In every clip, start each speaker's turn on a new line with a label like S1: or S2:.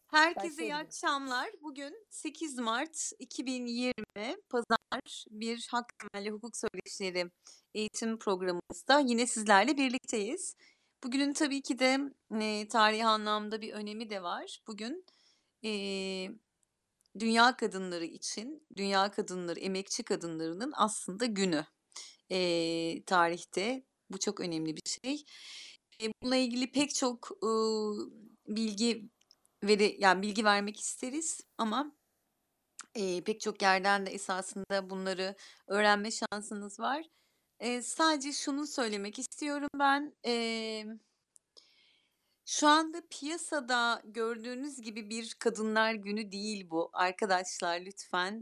S1: Herkese iyi
S2: Başlayabiliriz.
S1: akşamlar. Bugün 8 Mart 2020 Pazar bir hak temelli hukuk söyleşileri eğitim programımızda yine sizlerle birlikteyiz. Bugünün tabii ki de tarihi anlamda bir önemi de var. Bugün eee, dünya kadınları için, dünya kadınları, emekçi kadınlarının aslında günü. Tarihte bu çok önemli bir şey. Bununla ilgili pek çok bilgi yani bilgi vermek isteriz ama, pek çok yerden de esasında bunları öğrenme şansınız var. Sadece şunu söylemek istiyorum ben, şu anda piyasada gördüğünüz gibi bir kadınlar günü değil bu arkadaşlar lütfen.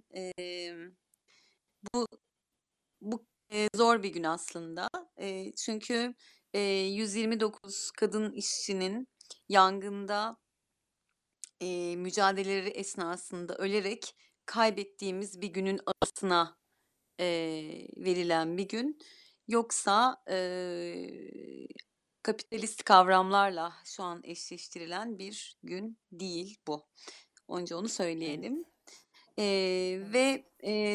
S1: Bu zor bir gün aslında. Çünkü, 129 kadın işçinin yangında mücadeleleri esnasında ölerek kaybettiğimiz bir günün anısına, verilen bir gün. Yoksa, kapitalist kavramlarla şu an eşleştirilen bir gün değil bu. Önce onu
S2: Evet,
S1: söyleyelim.
S2: evet.
S1: Ve,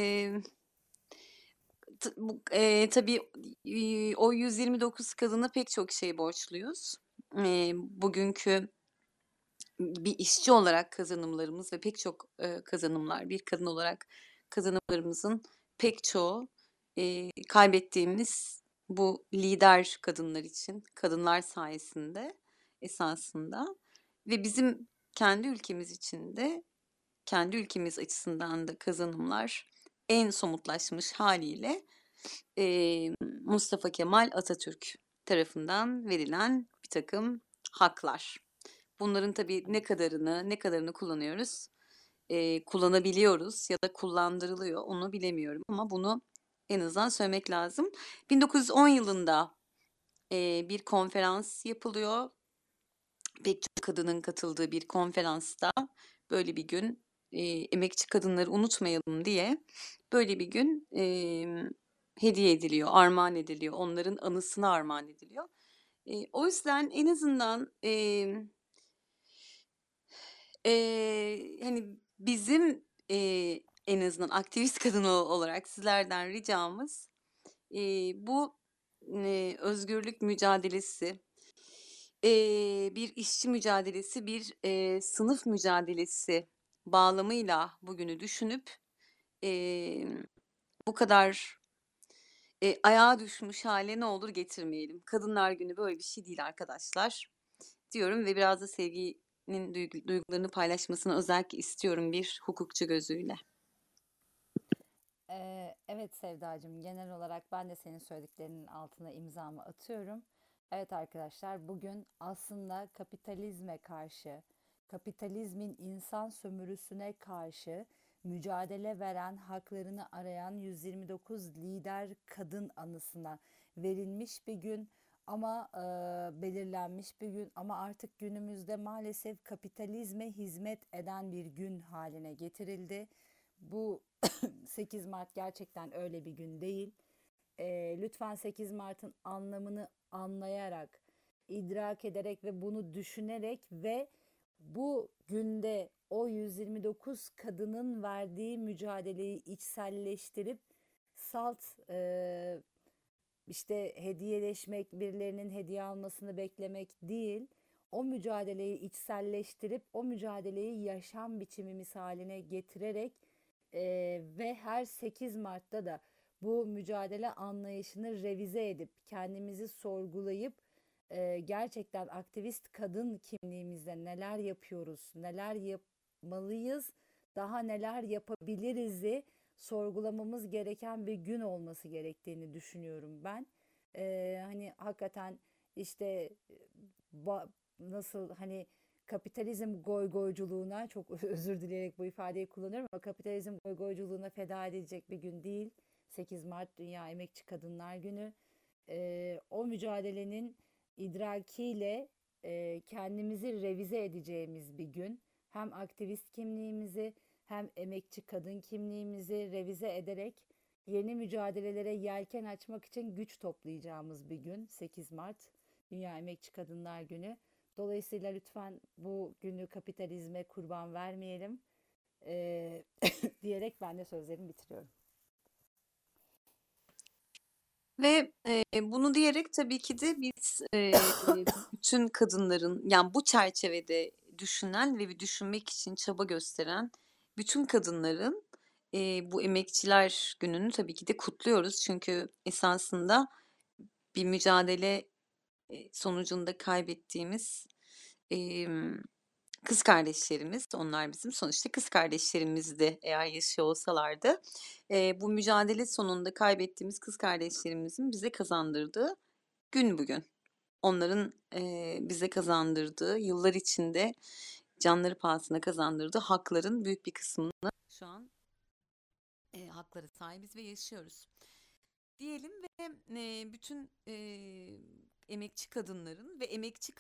S1: tabii, o 129 kadına pek çok şey borçluyuz. Bugünkü bir işçi olarak kazanımlarımız ve pek çok, kazanımlar, bir kadın olarak kazanımlarımızın pek çoğu, kaybettiğimiz bu lider kadınlar için, kadınlar sayesinde esasında ve bizim kendi ülkemiz için de, kendi ülkemiz açısından da kazanımlar en somutlaşmış hâliyle, Mustafa Kemal Atatürk tarafından verilen birtakım haklar. Bunların tabii ne kadarını kullanıyoruz, kullanabiliyoruz ya da kullandırılıyor onu bilemiyorum ama bunu en azından söylemek lazım. 1910 yılında, bir konferans yapılıyor. Pek çok kadının katıldığı bir konferansta böyle bir gün, emekçi kadınları unutmayalım diye böyle bir gün, hediye ediliyor, armağan ediliyor. Onların anısına armağan ediliyor. O yüzden en azından, hani, bizim, en azından aktivist kadın olarak sizlerden ricamız, bu, özgürlük mücadelesi, bir işçi mücadelesi, bir, sınıf mücadelesi bağlamıyla bugünü düşünüp, bu kadar, ayağa düşmüş hâle ne olur getirmeyelim. Kadınlar Günü böyle bir şey değil arkadaşlar diyorum ve biraz da sevginin duygularını paylaşmasını özellikle istiyorum bir hukukçu gözüyle.
S2: Evet Sevdacığım, genel olarak ben de senin söylediklerinin altına imzamı atıyorum. Evet arkadaşlar, bugün aslında kapitalizme karşı, kapitalizmin insan sömürüsüne karşı mücadele veren, haklarını arayan 129 lider kadın anısına verilmiş bir gün ama belirlenmiş bir gün ama artık günümüzde maalesef kapitalizme hizmet eden bir gün haline getirildi. Bu 8 Mart gerçekten öyle bir gün değil. Lütfen 8 Mart'ın anlamını anlayarak, idrak ederek ve bunu düşünerek ve bu günde o 129 kadının verdiği mücadeleyi içselleştirip salt işte hediyeleşmek, birilerinin hediye almasını beklemek değil, o mücadeleyi içselleştirip o mücadeleyi yaşam biçimimiz haline getirerek ve her 8 Mart'ta da bu mücadele anlayışını revize edip kendimizi sorgulayıp gerçekten aktivist kadın kimliğimizde neler yapıyoruz, neler yapmalıyız, daha neler yapabiliriz'i sorgulamamız gereken bir gün olması gerektiğini düşünüyorum ben. Hani hakikaten işte nasıl hani kapitalizm goygoyculuğuna çok özür dileyerek bu ifadeyi kullanıyorum ama kapitalizm goygoyculuğuna feda edilecek bir gün değil. 8 Mart Dünya Emekçi Kadınlar Günü. O mücadelenin idrakiyle kendimizi revize edeceğimiz bir gün. Hem aktivist kimliğimizi hem emekçi kadın kimliğimizi revize ederek yeni mücadelelere yelken açmak için güç toplayacağımız bir gün 8 Mart Dünya Emekçi Kadınlar Günü. Dolayısıyla lütfen bu günü kapitalizme kurban vermeyelim diyerek ben de sözlerimi bitiriyorum.
S1: Ve bunu diyerek tabii ki de biz bütün kadınların, yani bu çerçevede düşünen ve düşünmek için çaba gösteren bütün kadınların bu Emekçiler Günü'nü tabii ki de kutluyoruz. Çünkü esasında bir mücadele sonucunda kaybettiğimiz kız kardeşlerimiz, onlar bizim sonuçta kız kardeşlerimizdi eğer yaşıyor olsalardı. Bu mücadele sonunda kaybettiğimiz kız kardeşlerimizin bize kazandırdığı gün bugün. Onların bize kazandırdığı, yıllar içinde canları pahasına kazandırdığı hakların büyük bir kısmını şu an haklara sahibiz ve yaşıyoruz. Diyelim ve bütün emekçi kadınların ve emekçi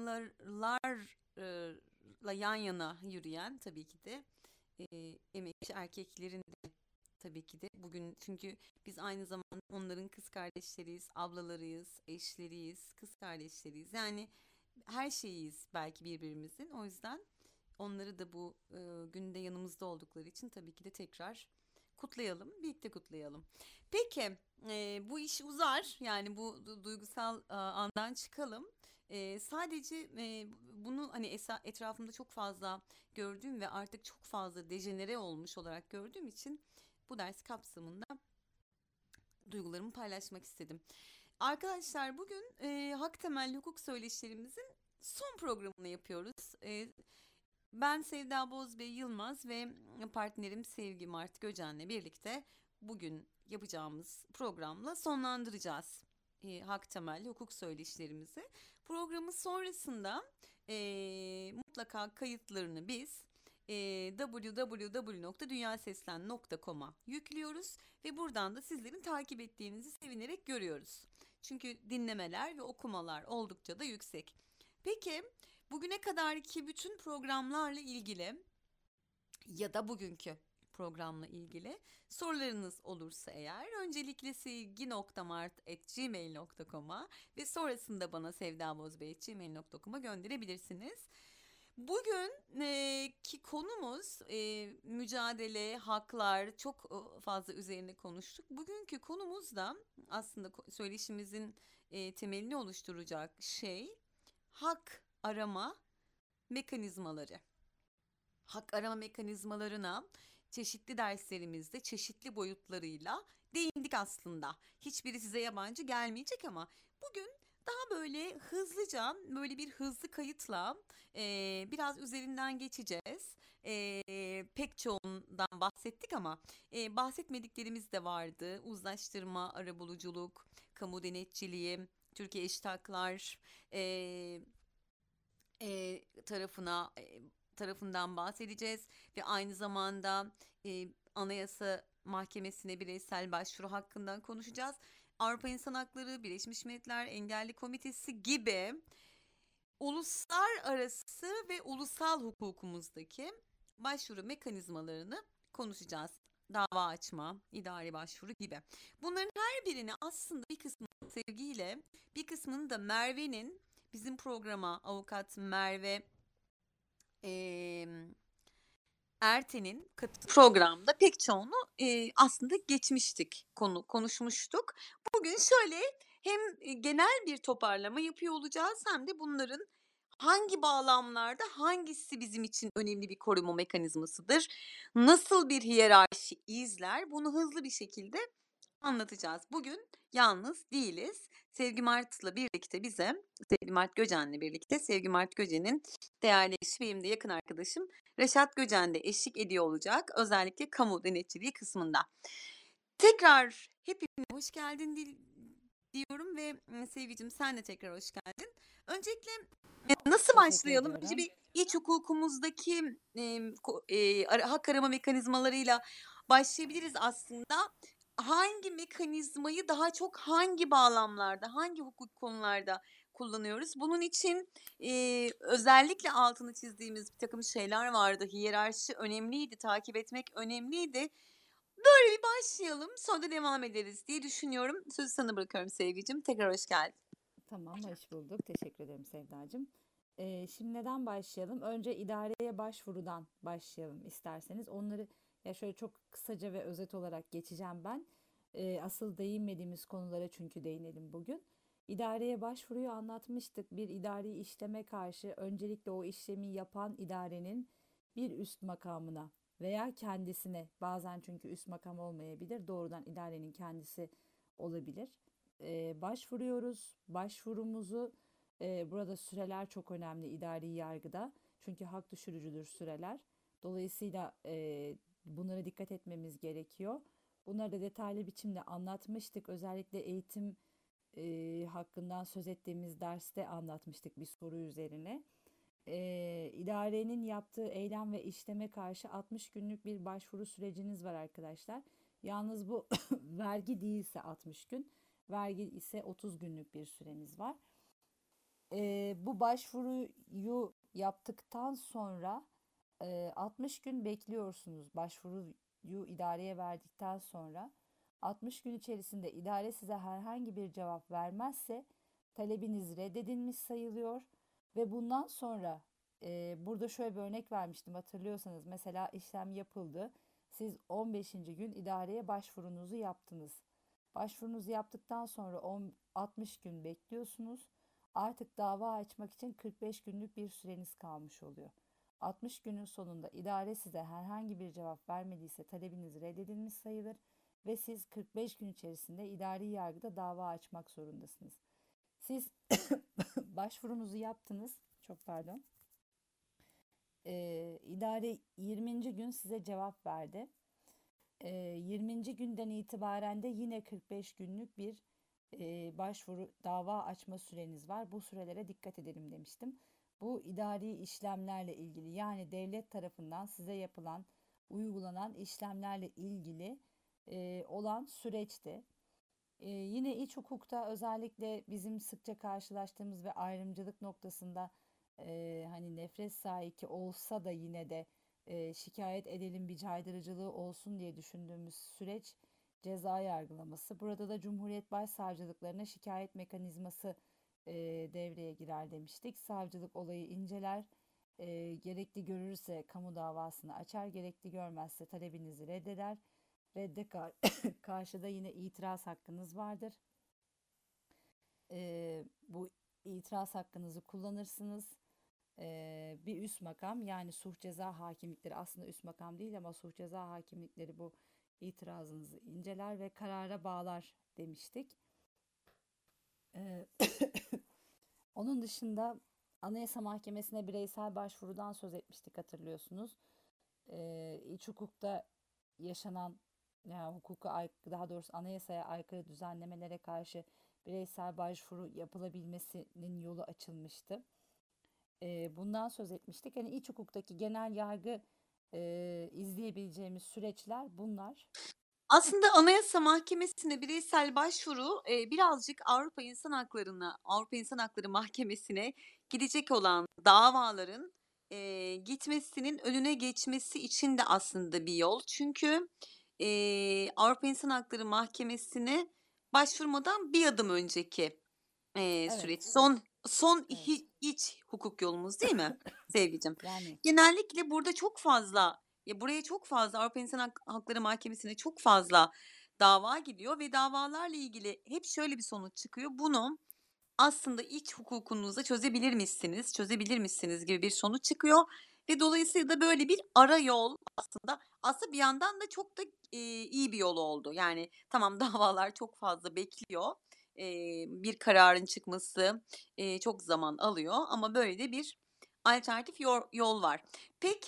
S1: kadınlarla yan yana yürüyen tabii ki de emekçi erkeklerin de tabii ki de bugün, çünkü biz aynı zamanda onların kız kardeşleriyiz, ablalarıyız, eşleriyiz, kız kardeşleriyiz. Yani her şeyiyiz belki birbirimizin. O yüzden onları da bu günde yanımızda oldukları için tabii ki de tekrar kutlayalım, birlikte kutlayalım. Peki, bu iş uzar. Yani bu duygusal andan çıkalım. Sadece bunu hani etrafımda çok fazla gördüğüm ve artık çok fazla dejenere olmuş olarak gördüğüm için bu ders kapsamında duygularımı paylaşmak istedim. Arkadaşlar, bugün hak temelli hukuk söyleşilerimizin son programını yapıyoruz. Ben Sevda Bozbey Yılmaz ve partnerim Sevgi Mart Göcen'le birlikte bugün yapacağımız programla sonlandıracağız hak temelli hukuk söyleşilerimizi. Programın sonrasında mutlaka kayıtlarını biz www.dünyaseslen.com'a yüklüyoruz ve buradan da sizlerin takip ettiğinizi sevinerek görüyoruz. Çünkü dinlemeler ve okumalar oldukça da yüksek. Peki, bugüne kadarki bütün programlarla ilgili ya da bugünkü programla ilgili sorularınız olursa eğer öncelikle sevgi.mart@gmail.com'a ve sonrasında bana sevdabozbey@gmail.com'a gönderebilirsiniz. Bugünkü konumuz mücadele, haklar, çok fazla üzerine konuştuk. Bugünkü konumuz da aslında söyleşimizin temelini oluşturacak şey hak arama mekanizmaları. Hak arama mekanizmalarına çeşitli derslerimizde çeşitli boyutlarıyla değindik aslında. Hiçbiri size yabancı gelmeyecek ama bugün daha böyle hızlıca, böyle bir hızlı kayıtla biraz üzerinden geçeceğiz. Pek çoğundan bahsettik ama bahsetmediklerimiz de vardı. Uzlaştırma, arabuluculuk, kamu denetçiliği, Türkiye Eşit Haklar tarafına tarafından bahsedeceğiz ve aynı zamanda Anayasa Mahkemesi'ne bireysel başvuru hakkından konuşacağız. Avrupa İnsan Hakları, Birleşmiş Milletler Engelli Komitesi gibi uluslararası ve ulusal hukukumuzdaki başvuru mekanizmalarını konuşacağız. Dava açma, idari başvuru gibi. Bunların her birini aslında bir kısmını Sevgiyle, bir kısmını da Merve'nin, bizim programa avukat Merve Erten'in programda pek çoğunu aslında geçmiştik, konuşmuştuk. Bugün şöyle hem genel bir toparlama yapıyor olacağız hem de bunların hangi bağlamlarda hangisi bizim için önemli bir koruma mekanizmasıdır, nasıl bir hiyerarşi izler, bunu hızlı bir şekilde anlatacağız. Bugün yalnız değiliz. Sevgi Mart'la birlikte Sevgi Mart Göcen'le birlikte Sevgi Mart Göcen'in değerli eşi, benim de yakın arkadaşım Reşat Göcen de eşlik ediyor olacak. Özellikle kamu denetçiliği kısmında. Tekrar hepinize hoş geldin diyorum ve Sevgicim, sen de tekrar hoş geldin. Öncelikle nasıl
S2: Teşekkür
S1: başlayalım? Önce
S2: ediyorum.
S1: bir iç hukukumuzdaki hak arama mekanizmalarıyla başlayabiliriz aslında. Hangi mekanizmayı daha çok hangi bağlamlarda, hangi hukuk konularda kullanıyoruz? Bunun için özellikle altını çizdiğimiz bir takım şeyler vardı. Hiyerarşi önemliydi, takip etmek önemliydi. Böyle bir başlayalım, sonra da devam ederiz diye düşünüyorum. Sözü sana bırakıyorum Sevgicim. Tekrar hoş geldin.
S2: Tamam, hoş bulduk. Teşekkür ederim Sevdacığım. Şimdi neden başlayalım? Önce idareye başvurudan başlayalım isterseniz. Onları ya şöyle çok kısaca ve özet olarak geçeceğim ben. Asıl değinmediğimiz konulara çünkü değinelim bugün. İdareye başvuruyu anlatmıştık. Bir idari işleme karşı öncelikle o işlemi yapan idarenin bir üst makamına veya kendisine, bazen çünkü üst makam olmayabilir, doğrudan idarenin kendisi olabilir. Başvuruyoruz. Başvurumuzu burada süreler çok önemli idari yargıda. Çünkü hak düşürücüdür süreler. Dolayısıyla bunlara dikkat etmemiz gerekiyor. Bunları da detaylı biçimde anlatmıştık. Özellikle eğitim hakkından söz ettiğimiz derste anlatmıştık bir soru üzerine. İdarenin yaptığı eylem ve işleme karşı 60 günlük bir başvuru süreciniz var arkadaşlar. Yalnız bu vergi değilse 60 gün, vergi ise 30 günlük bir süremiz var. Bu başvuruyu yaptıktan sonra 60 gün bekliyorsunuz. Başvuruyu idareye verdikten sonra 60 gün içerisinde idare size herhangi bir cevap vermezse talebiniz reddedilmiş sayılıyor ve bundan sonra burada şöyle bir örnek vermiştim hatırlıyorsanız, mesela işlem yapıldı. Siz 15. gün idareye başvurunuzu yaptınız. Başvurunuzu yaptıktan sonra 60 gün bekliyorsunuz. Artık dava açmak için 45 günlük bir süreniz kalmış oluyor. 60 günün sonunda idare size herhangi bir cevap vermediyse talebiniz reddedilmiş sayılır ve siz 45 gün içerisinde idari yargıda dava açmak zorundasınız. Siz başvurunuzu yaptınız, çok pardon. İdare 20. gün size cevap verdi. 20. günden itibaren de yine 45 günlük bir başvuru, dava açma süreniz var. Bu sürelere dikkat edelim demiştim. Bu idari işlemlerle ilgili, yani devlet tarafından size yapılan, uygulanan işlemlerle ilgili olan süreçti. Yine iç hukukta özellikle bizim sıkça karşılaştığımız ve ayrımcılık noktasında hani nefret saiki olsa da yine de şikayet edelim, bir caydırıcılığı olsun diye düşündüğümüz süreç ceza yargılaması. Burada da Cumhuriyet Başsavcılıklarına şikayet mekanizması devreye girer demiştik. Savcılık olayı inceler, gerekli görürse kamu davasını açar, gerekli görmezse talebinizi reddeder. Redde karşıda yine itiraz hakkınız vardır. Bu itiraz hakkınızı kullanırsınız. Bir üst makam, yani suç ceza hakimlikleri, aslında üst makam değil ama suç ceza hakimlikleri bu itirazınızı inceler ve karara bağlar demiştik. Ee, Onun dışında Anayasa Mahkemesi'ne bireysel başvurudan söz etmiştik hatırlıyorsunuz. İç hukukta yaşanan, yani hukuka daha doğrusu anayasaya aykırı düzenlemelere karşı bireysel başvuru yapılabilmesinin yolu açılmıştı. Bundan söz etmiştik. Hani iç hukuktaki genel yargı izleyebileceğimiz süreçler bunlar.
S1: Aslında Anayasa Mahkemesi'ne bireysel başvuru birazcık Avrupa İnsan Hakları Mahkemesi'ne gidecek olan davaların gitmesinin önüne geçmesi için de aslında bir yol. Çünkü Avrupa İnsan Hakları Mahkemesi'ne başvurmadan bir adım önceki süreç.
S2: Evet,
S1: Son
S2: evet.
S1: iç hukuk yolumuz değil mi sevgicim?
S2: Yani
S1: Genellikle burada çok fazla, buraya çok fazla Avrupa İnsan Hakları Mahkemesi'ne çok fazla dava gidiyor ve davalarla ilgili hep şöyle bir sonuç çıkıyor. Bunu aslında iç hukukunuzda çözebilir misiniz gibi bir sonuç çıkıyor ve dolayısıyla da böyle bir ara yol aslında bir yandan da çok da iyi bir yol oldu. Yani tamam davalar çok fazla bekliyor. Bir kararın çıkması çok zaman alıyor ama böyle de bir alternatif yol var. Peki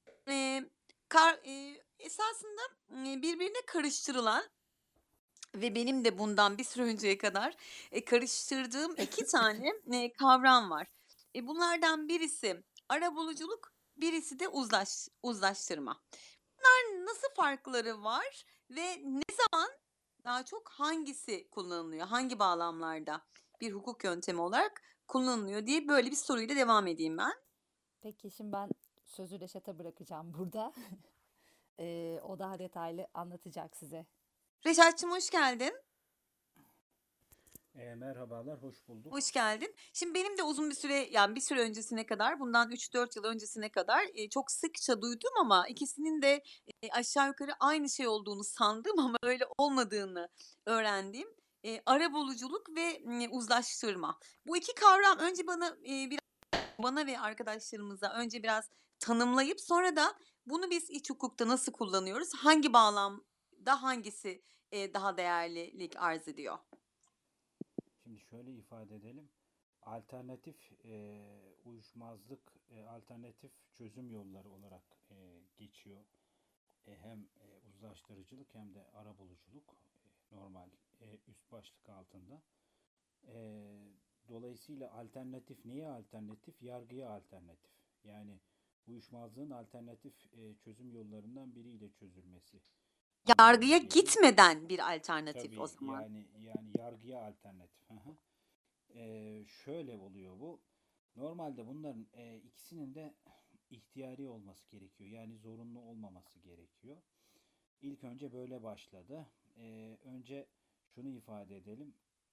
S1: esasında birbirine karıştırılan ve benim de bundan bir süre önceye kadar karıştırdığım iki tane kavram var. Bunlardan birisi arabuluculuk, birisi de uzlaştırma. Nasıl farkları var ve ne zaman daha çok hangisi kullanılıyor? Hangi bağlamlarda bir hukuk yöntemi olarak kullanılıyor diye böyle bir soruyla devam edeyim ben.
S2: peki şimdi ben sözü Reşat'a bırakacağım burada. O daha detaylı anlatacak size.
S1: Reşat'cığım hoş geldin.
S3: Merhabalar, hoş bulduk.
S1: Hoş geldin. Şimdi benim de uzun bir süre, yani bir süre öncesine kadar, bundan 3-4 yıl öncesine kadar çok sıkça duydum ama ikisinin de aşağı yukarı aynı şey olduğunu sandım ama öyle olmadığını öğrendiğim arabuluculuk ve uzlaştırma. Bu iki kavram önce bana ve arkadaşlarımıza önce biraz tanımlayıp sonra da bunu biz iç hukukta nasıl kullanıyoruz? Hangi bağlamda hangisi daha değerlilik arz ediyor?
S3: Şimdi şöyle ifade edelim. Alternatif uyuşmazlık, alternatif çözüm yolları olarak geçiyor. Hem uzlaştırıcılık hem de arabuluculuk normal üst başlık altında. E, Dolayısıyla alternatif neye alternatif? Yargıya alternatif. Yani uyuşmazlığın alternatif çözüm yollarından biriyle çözülmesi anlamına
S1: Yargıya
S3: geliyor.
S1: gitmeden bir alternatif o
S3: Tabii
S1: zaman.
S3: yani yargıya alternatif. Hı hı. Şöyle oluyor bu. Normalde bunların ikisinin de ihtiyari olması gerekiyor. Yani zorunlu olmaması gerekiyor. İlk önce böyle başladı. Önce şunu ifade edelim.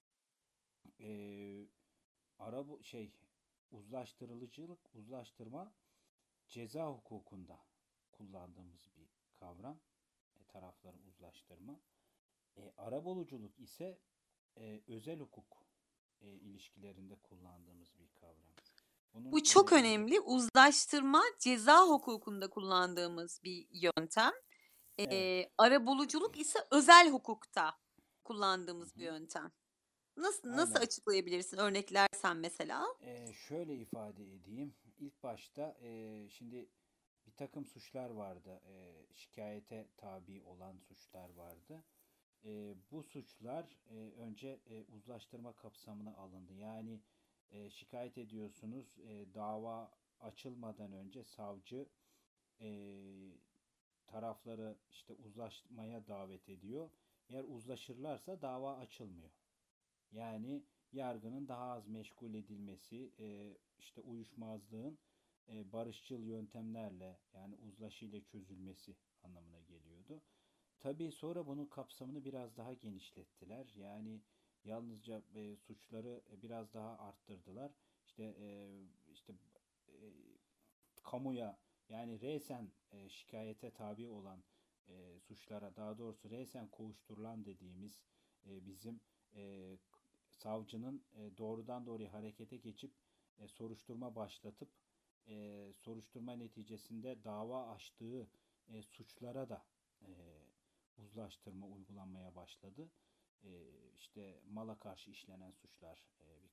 S3: Ee, ara bu uzlaştırma ceza hukukunda kullandığımız bir kavram. Tarafları uzlaştırma. Arabuluculuk ise özel hukuk ilişkilerinde kullandığımız bir kavram. Bunun
S1: Bu çok
S3: önce
S1: önemli. Uzlaştırma ceza hukukunda kullandığımız bir yöntem.
S3: evet.
S1: Arabuluculuk ise özel hukukta
S3: Hı
S1: kullandığımız bir
S3: hı.
S1: yöntem. Nasıl
S3: Aynen.
S1: açıklayabilirsin? Örneklersen mesela.
S3: Şöyle ifade edeyim. İlk başta şimdi bir takım suçlar vardı. Şikayete tabi olan suçlar vardı. Bu suçlar önce uzlaştırma kapsamına alındı. Yani şikayet ediyorsunuz, dava açılmadan önce savcı e, tarafları işte uzlaşmaya davet ediyor. Eğer uzlaşırlarsa dava açılmıyor. Yani yargının daha az meşgul edilmesi, işte uyuşmazlığın barışçıl yöntemlerle yani uzlaşıyla çözülmesi anlamına geliyordu. Tabii sonra bunun kapsamını biraz daha genişlettiler. Yani yalnızca suçları biraz daha arttırdılar. İşte e, kamuya yani resen şikayete tabi olan suçlara daha doğrusu resen kovuşturulan dediğimiz bizim e, savcının doğrudan doğruya harekete geçip soruşturma başlatıp soruşturma neticesinde dava açtığı suçlara da e, uzlaştırma uygulanmaya başladı. İşte mala karşı işlenen suçlar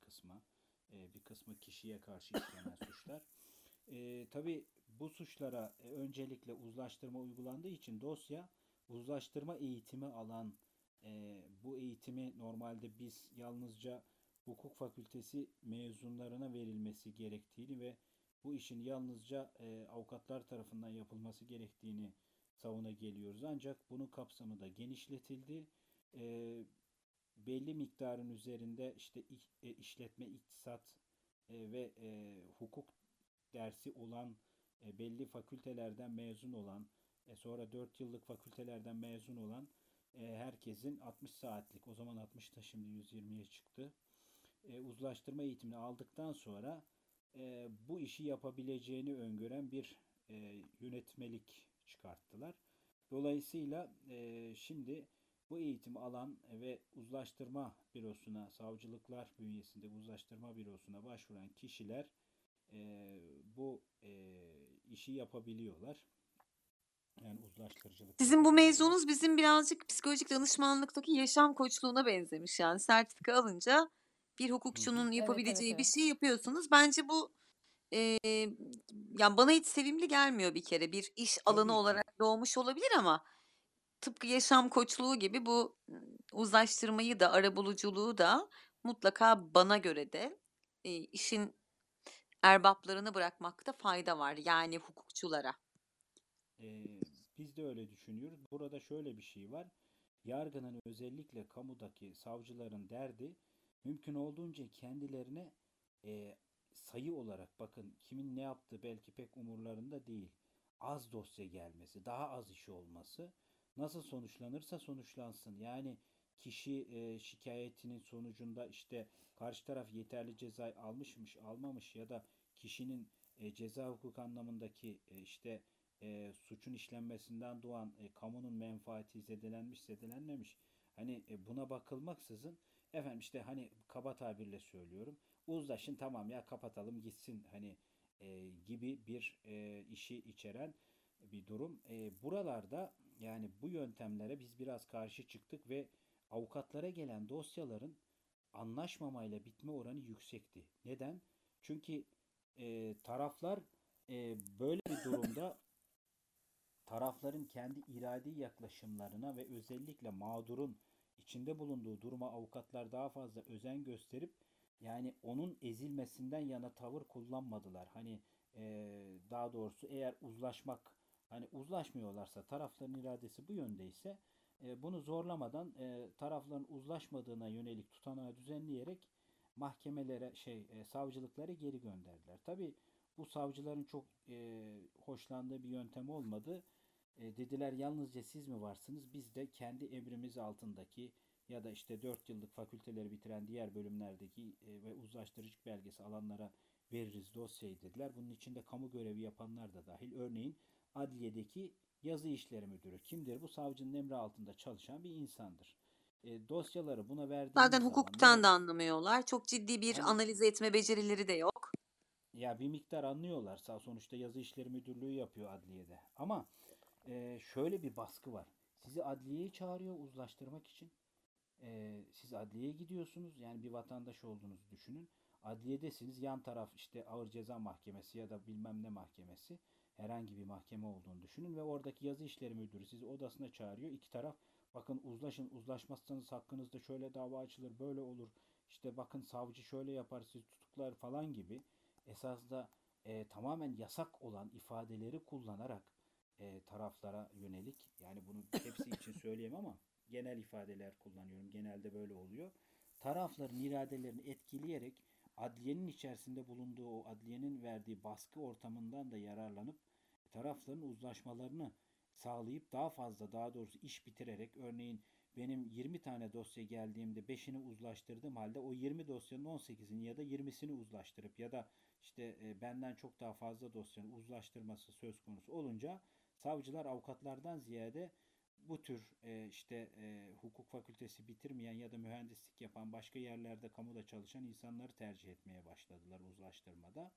S3: bir kısmı kişiye karşı işlenen suçlar. Tabii bu suçlara öncelikle uzlaştırma uygulandığı için dosya uzlaştırma eğitimi alan bu eğitimi normalde biz yalnızca hukuk fakültesi mezunlarına verilmesi gerektiğini ve bu işin yalnızca avukatlar tarafından yapılması gerektiğini savuna geliyoruz. Ancak bunun kapsamı da genişletildi. E, Belli miktarın üzerinde işte işletme, iktisat ve hukuk dersi olan belli fakültelerden mezun olan sonra 4 yıllık fakültelerden mezun olan herkesin 60 saatlik o zaman 60'ta şimdi 120'ye çıktı. Uzlaştırma eğitimini aldıktan sonra bu işi yapabileceğini öngören bir yönetmelik çıkarttılar. Dolayısıyla şimdi bu eğitimi alan ve uzlaştırma bürosuna, savcılıklar bünyesinde uzlaştırma bürosuna başvuran kişiler bu işi yapabiliyorlar. Yani uzlaştırıcılık
S1: Sizin bu
S3: yapabiliyorlar.
S1: mezunuz bizim birazcık psikolojik danışmanlıktaki yaşam koçluğuna benzemiş yani sertifika alınca bir
S3: Hı hı.
S1: hukukçunun
S2: Evet, evet,
S1: yapabileceği bir
S2: evet.
S1: şey yapıyorsunuz. Bence bu yani bana hiç sevimli gelmiyor bir kere. Bir iş alanı
S3: Tabii ki.
S1: olarak doğmuş olabilir ama tıpkı yaşam koçluğu gibi bu uzlaştırmayı da arabuluculuğu da mutlaka bana göre de işin erbaplarına bırakmakta fayda var. Yani hukukçulara.
S3: Biz de öyle düşünüyoruz. Burada şöyle bir şey var. Yargının özellikle kamudaki savcıların derdi mümkün olduğunca kendilerine e, sayı olarak bakın kimin ne yaptığı belki pek umurlarında değil. Az dosya gelmesi, daha az işi olması nasıl sonuçlanırsa sonuçlansın. Yani kişi şikayetinin sonucunda işte karşı taraf yeterli cezayı almışmış, almamış ya da kişinin ceza hukuk anlamındaki suçun işlenmesinden doğan kamunun menfaati zedelenmiş, zedelenmemiş. Hani buna bakılmaksızın efendim işte hani kaba tabirle söylüyorum. Uzlaşın tamam ya kapatalım gitsin hani gibi bir işi içeren bir durum. Buralarda yani bu yöntemlere biz biraz karşı çıktık ve avukatlara gelen dosyaların anlaşmamayla bitme oranı yüksekti. Neden? Çünkü taraflar böyle bir durumda tarafların kendi iradi yaklaşımlarına ve özellikle mağdurun içinde bulunduğu duruma avukatlar daha fazla özen gösterip yani onun ezilmesinden yana tavır kullanmadılar. Hani daha doğrusu eğer uzlaşmak hani uzlaşmıyorlarsa tarafların iradesi bu yöndeyse bunu zorlamadan tarafların uzlaşmadığına yönelik tutanağı düzenleyerek mahkemelere savcılıklara geri gönderdiler. Tabii bu savcıların çok hoşlandığı bir yöntem olmadı. Dediler yalnızca siz mi varsınız? Biz de kendi emrimiz altındaki ya da işte 4 yıllık fakülteleri bitiren diğer bölümlerdeki ve uzlaştırıcı belgesi alanlara veririz dosyayı dediler. Bunun içinde kamu görevi yapanlar da dahil. Örneğin adliyedeki yazı işleri müdürü kimdir? Bu savcının emri altında çalışan bir insandır. Dosyaları buna
S1: Zaten
S3: verdiğimiz zaman
S1: hukuktan da anlamıyorlar. Çok ciddi bir
S3: hani
S1: analiz etme becerileri de yok.
S3: ya bir miktar anlıyorlar. Sonuçta yazı işleri müdürlüğü yapıyor adliyede. Ama şöyle bir baskı var. Sizi adliyeye çağırıyor uzlaştırmak için. Siz adliyeye gidiyorsunuz. Yani bir vatandaş olduğunuzu düşünün. Adliyedesiniz. Yan taraf işte Ağır Ceza Mahkemesi ya da bilmem ne mahkemesi. Herhangi bir mahkeme olduğunu düşünün ve oradaki yazı işleri müdürü sizi odasına çağırıyor. İki taraf bakın uzlaşın, uzlaşmazsanız hakkınızda şöyle dava açılır, böyle olur. İşte bakın savcı şöyle yapar, sizi tutuklar falan gibi esasında tamamen yasak olan ifadeleri kullanarak taraflara yönelik yani bunu hepsi için söyleyemem ama genel ifadeler kullanıyorum. Genelde böyle oluyor. Tarafların iradelerini etkileyerek adliyenin içerisinde bulunduğu o adliyenin verdiği baskı ortamından da yararlanıp tarafların uzlaşmalarını sağlayıp daha doğrusu iş bitirerek örneğin benim 20 tane dosya geldiğimde 5'ini uzlaştırdığım halde o 20 dosyanın 18'ini ya da 20'sini uzlaştırıp ya da işte benden çok daha fazla dosyanın uzlaştırması söz konusu olunca savcılar avukatlardan ziyade bu tür hukuk fakültesi bitirmeyen ya da mühendislik yapan başka yerlerde kamuda çalışan insanları tercih etmeye başladılar uzlaştırmada.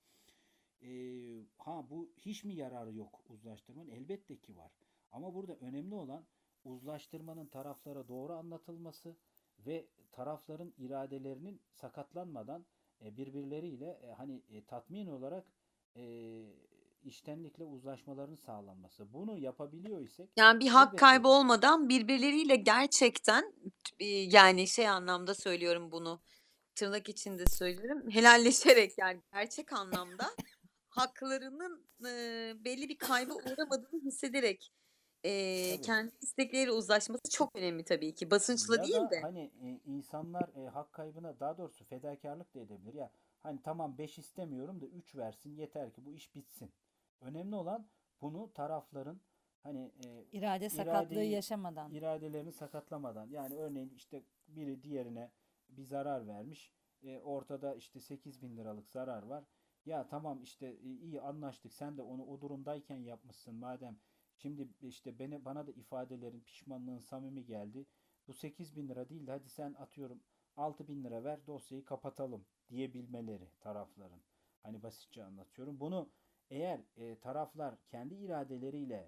S3: Bu hiç mi yararı yok uzlaştırmanın? Elbette ki var. Ama burada önemli olan uzlaştırmanın taraflara doğru anlatılması ve tarafların iradelerinin sakatlanmadan birbirleriyle tatmin olarak e, içtenlikle uzlaşmaların sağlanması. Bunu yapabiliyor isek
S1: Yani bir hak
S3: elbette
S1: kaybı olmadan birbirleriyle gerçekten yani şey anlamda söylüyorum bunu. Tırnak içinde söylüyorum. Helalleşerek yani gerçek anlamda haklarının belli bir kayba uğramadığını hissederek
S3: tabii.
S1: kendi istekleriyle uzlaşması çok önemli tabii ki. Basınçla
S3: Ya
S1: değil
S3: da
S1: de.
S3: hani insanlar hak kaybına daha doğrusu fedakarlık da edebilir. Ya hani tamam 5 istemiyorum da 3 versin yeter ki bu iş bitsin. Önemli olan bunu tarafların hani
S2: İrade sakatlığı
S3: iradeyi
S2: yaşamadan.
S3: iradelerini sakatlamadan yani örneğin işte biri diğerine bir zarar vermiş. Ortada işte 8.000 liralık zarar var. Ya tamam işte iyi anlaştık sen de onu o durumdayken yapmışsın madem şimdi işte bana da ifadelerin pişmanlığın samimi geldi. Bu 8.000 lira değil de hadi sen atıyorum 6.000 lira ver dosyayı kapatalım diyebilmeleri tarafların. Hani basitçe anlatıyorum. Bunu eğer taraflar kendi iradeleriyle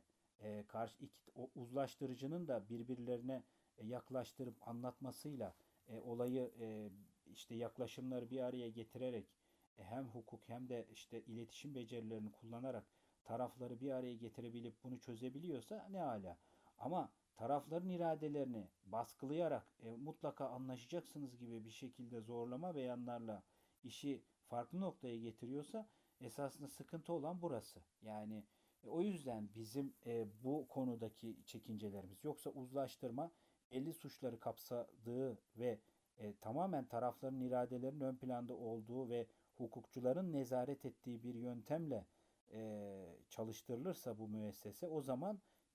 S3: o uzlaştırıcının da birbirlerine yaklaştırıp anlatmasıyla olayı işte yaklaşımları bir araya getirerek hem hukuk hem de işte iletişim becerilerini kullanarak tarafları bir araya getirebilip bunu çözebiliyorsa ne âlâ. Ama tarafların iradelerini baskılayarak mutlaka anlaşacaksınız gibi bir şekilde zorlama beyanlarla işi farklı noktaya getiriyorsa esasında sıkıntı olan burası. Yani o yüzden bizim bu konudaki çekincelerimiz yoksa uzlaştırma belli suçları kapsadığı ve tamamen tarafların iradelerinin ön planda olduğu ve hukukçuların nezaret ettiği bir yöntemle çalıştırılırsa bu müessese o zaman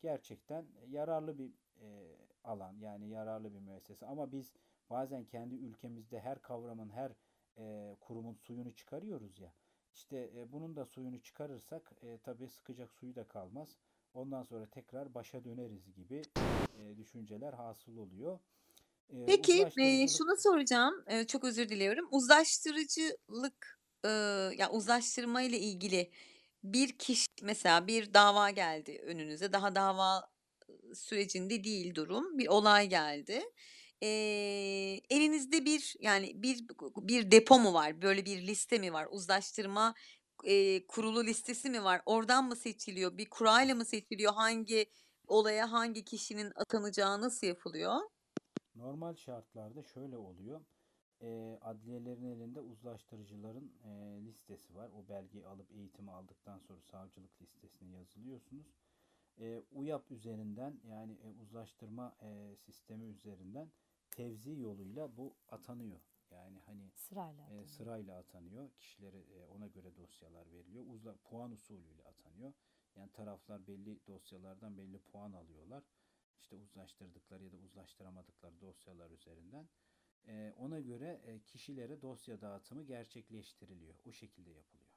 S3: gerçekten yararlı bir alan, yani yararlı bir müessese. Ama biz bazen kendi ülkemizde her kavramın, her kurumun suyunu çıkarıyoruz ya. İşte bunun da suyunu çıkarırsak tabii sıkacak suyu da kalmaz. Ondan sonra tekrar başa döneriz gibi düşünceler hasıl oluyor.
S1: Peki,
S3: Uzlaştırıcılık.
S1: şunu soracağım, çok özür diliyorum. Uzlaştırıcılık, ya, uzlaştırma ile ilgili bir kişi mesela bir dava geldi önünüze, daha dava, sürecinde değil durum, bir olay geldi. Elinizde bir, yani, bir depo mu var, böyle bir liste mi var, uzlaştırma, kurulu listesi mi var? Oradan mı seçiliyor, bir kurayla mı seçiliyor, hangi olaya hangi kişinin atanacağı nasıl yapılıyor?
S3: Normal şartlarda şöyle oluyor. Adliyelerin elinde uzlaştırıcıların listesi var. O belgeyi alıp eğitimi aldıktan sonra savcılık listesine yazılıyorsunuz. UYAP üzerinden, yani uzlaştırma sistemi üzerinden tevzi yoluyla bu atanıyor. Yani hani
S2: Sırayla atanıyor.
S3: sırayla atanıyor. Kişilere ona göre dosyalar veriliyor. Puan usulüyle atanıyor. Yani taraflar belli dosyalardan belli puan alıyorlar. İşte uzlaştırdıkları ya da uzlaştıramadıkları dosyalar üzerinden. Ona göre kişilere dosya dağıtımı gerçekleştiriliyor. O şekilde yapılıyor.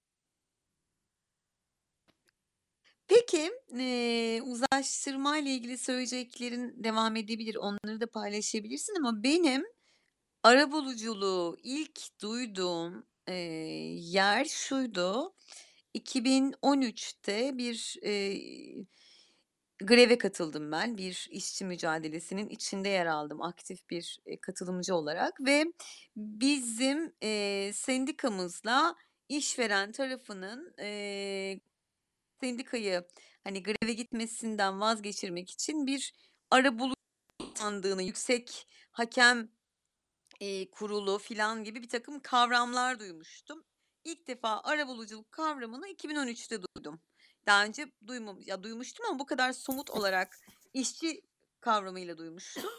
S1: Peki, uzlaştırmayla ilgili söyleyeceklerin devam edebilir, onları da paylaşabilirsin ama benim arabuluculuğu ilk duyduğum, yer şuydu: 2013'te bir, greve katıldım ben. Bir işçi mücadelesinin içinde yer aldım aktif bir, katılımcı olarak ve bizim, sendikamızla işveren tarafının, sendikayı, hani, greve gitmesinden vazgeçirmek için bir arabulucu atandığını, yüksek hakem, kurulu filan gibi birtakım kavramlar duymuştum. İlk defa arabuluculuk kavramını 2013'te duydum. Daha önce duymuştum ama bu kadar somut olarak işçi kavramıyla duymuştum.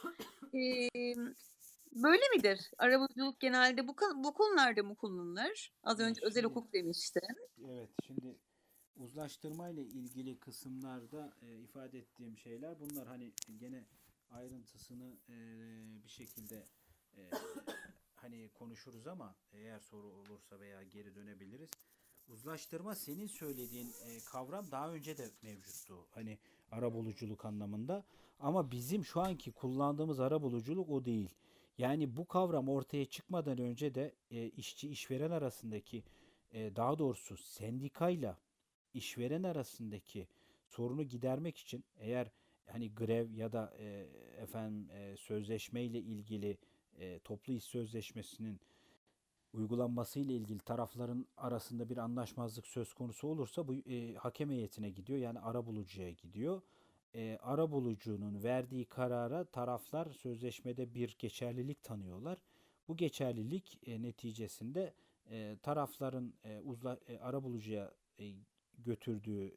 S1: Emm, Böyle midir? Arabuluculuk genelde bu konularda mı kullanılır? Az önce özel
S3: Şimdi
S1: hukuk demiştin.
S3: evet, şimdi uzlaştırma ile ilgili kısımlarda ifade ettiğim şeyler bunlar. Hani gene ayrıntısını bir şekilde e, hani konuşuruz ama eğer soru olursa veya geri dönebiliriz. Uzlaştırma, senin söylediğin kavram daha önce de mevcuttu. Hani arabuluculuk anlamında. Ama bizim şu anki kullandığımız arabuluculuk o değil. Yani bu kavram ortaya çıkmadan önce de işçi işveren arasındaki, daha doğrusu sendikayla işveren arasındaki sorunu gidermek için, eğer hani grev ya da sözleşme ile ilgili, toplu iş sözleşmesinin uygulanması ile ilgili tarafların arasında bir anlaşmazlık söz konusu olursa bu hakem heyetine gidiyor. Yani arabulucuya gidiyor. Arabulucunun verdiği karara taraflar sözleşmede bir geçerlilik tanıyorlar. Bu geçerlilik neticesinde tarafların arabulucuya götürdüğü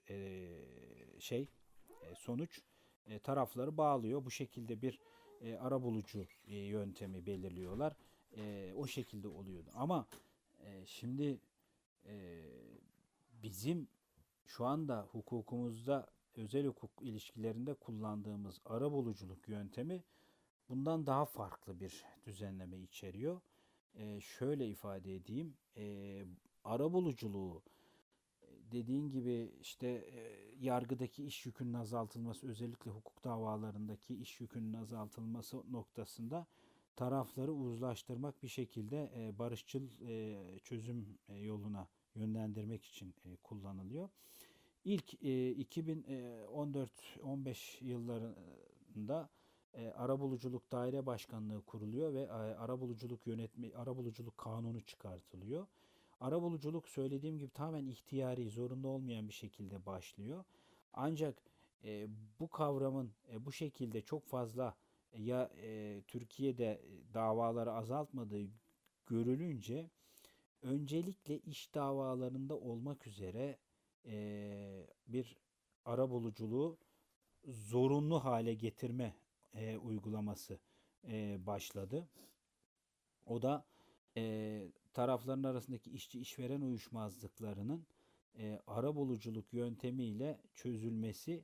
S3: şey sonuç tarafları bağlıyor. Bu şekilde bir arabulucu yöntemi belirliyorlar. O şekilde oluyordu. Ama şimdi e, bizim şu anda hukukumuzda, özel hukuk ilişkilerinde kullandığımız arabuluculuk yöntemi bundan daha farklı bir düzenleme içeriyor. Şöyle ifade edeyim. Arabuluculuğu, dediğin gibi işte yargıdaki iş yükünün azaltılması, özellikle hukuk davalarındaki iş yükünün azaltılması noktasında tarafları uzlaştırmak, bir şekilde barışçıl çözüm yoluna yönlendirmek için kullanılıyor. İlk 2014-15 yıllarında Arabuluculuk Daire Başkanlığı kuruluyor ve Arabuluculuk Kanunu çıkartılıyor. Arabuluculuk, söylediğim gibi, tamamen ihtiyari, zorunlu olmayan bir şekilde başlıyor. Ancak bu kavramın bu şekilde çok fazla Türkiye'de davaları azaltmadığı görülünce, öncelikle iş davalarında olmak üzere bir arabuluculuğu zorunlu hale getirme uygulaması başladı. O da tarafların arasındaki işçi işveren uyuşmazlıklarının arabuluculuk yöntemiyle çözülmesi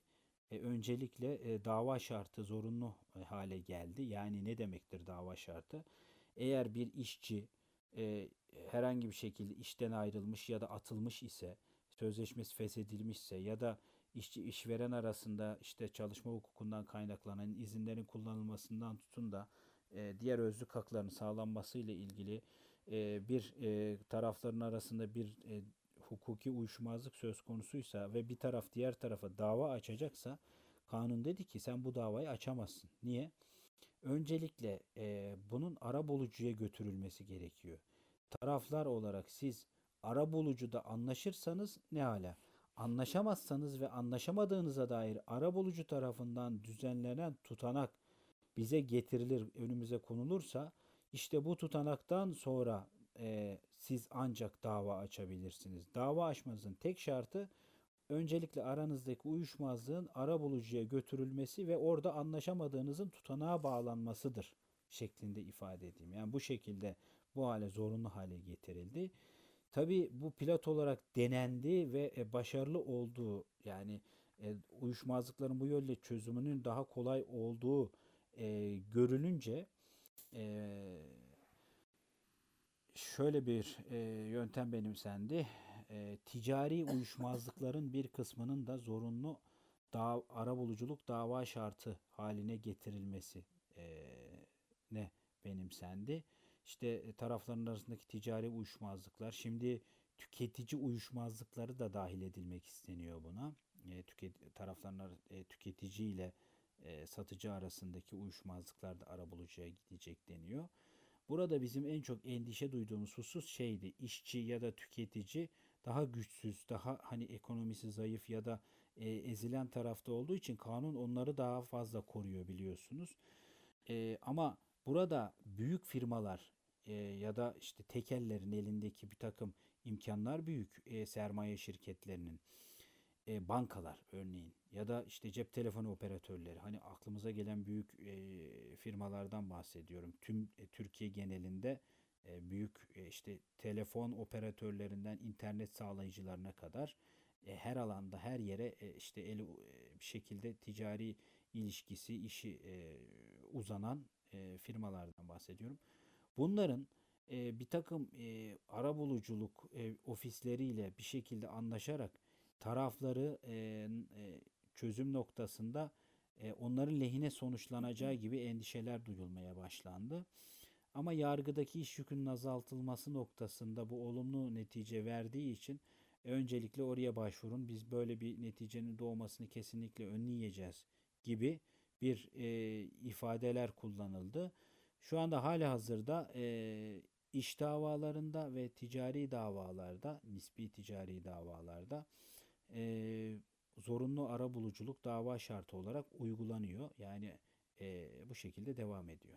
S3: öncelikle dava şartı zorunlu hale geldi. Yani ne demektir dava şartı? Eğer bir işçi e, herhangi bir şekilde işten ayrılmış ya da atılmış ise, sözleşmesi feshedilmişse ya da işçi işveren arasında işte çalışma hukukundan kaynaklanan izinlerin kullanılmasından tutun da diğer özlük haklarının sağlanması ile ilgili bir tarafların arasında bir hukuki uyuşmazlık söz konusuysa ve bir taraf diğer tarafa dava açacaksa, kanun dedi ki sen bu davayı açamazsın. Niye? Öncelikle bunun arabulucuya götürülmesi gerekiyor. Taraflar olarak siz arabulucuda anlaşırsanız ne âlâ. Anlaşamazsanız ve anlaşamadığınıza dair arabulucu tarafından düzenlenen tutanak bize getirilir, önümüze konulursa, işte bu tutanaktan sonra siz ancak dava açabilirsiniz. Dava açmanızın tek şartı öncelikle aranızdaki uyuşmazlığın arabulucuya götürülmesi ve orada anlaşamadığınızın tutanağa bağlanmasıdır şeklinde ifade edeyim. Yani bu şekilde bu hale zorunlu hale getirildi. Tabii bu pilot olarak denendi ve başarılı olduğu, yani uyuşmazlıkların bu yönde çözümünün daha kolay olduğu görülünce e, şöyle bir yöntem benimsendi. Ticari uyuşmazlıkların bir kısmının da zorunlu arabuluculuk dava şartı haline getirilmesi ne benimsendi. İşte tarafların arasındaki ticari uyuşmazlıklar, şimdi tüketici uyuşmazlıkları da dahil edilmek isteniyor buna. Tarafların tüketici ile satıcı arasındaki uyuşmazlıklar da arabulucuya gidecek deniyor. Burada bizim en çok endişe duyduğumuz husus şeydi. İşçi ya da tüketici daha güçsüz, daha hani ekonomisi zayıf ya da ezilen tarafta olduğu için kanun onları daha fazla koruyor, biliyorsunuz. Ama burada büyük firmalar ya da işte tekellerin elindeki bir takım imkanlar, büyük sermaye şirketlerinin, bankalar örneğin ya da işte cep telefonu operatörleri, hani aklımıza gelen büyük firmalardan bahsediyorum. Tüm Türkiye genelinde büyük işte telefon operatörlerinden internet sağlayıcılarına kadar her alanda her yere işte bir şekilde ticari ilişkisi, işi uzanan firmalardan bahsediyorum. Bunların bir takım arabuluculuk ofisleriyle bir şekilde anlaşarak tarafları çözüm noktasında onların lehine sonuçlanacağı gibi endişeler duyulmaya başlandı. Ama yargıdaki iş yükünün azaltılması noktasında bu olumlu netice verdiği için öncelikle oraya başvurun, biz böyle bir neticenin doğmasını kesinlikle önleyeceğiz gibi bir ifadeler kullanıldı. Şu anda halihazırda iş davalarında ve ticari davalarda, nispi ticari davalarda zorunlu arabuluculuk dava şartı olarak uygulanıyor. Yani bu şekilde devam ediyor.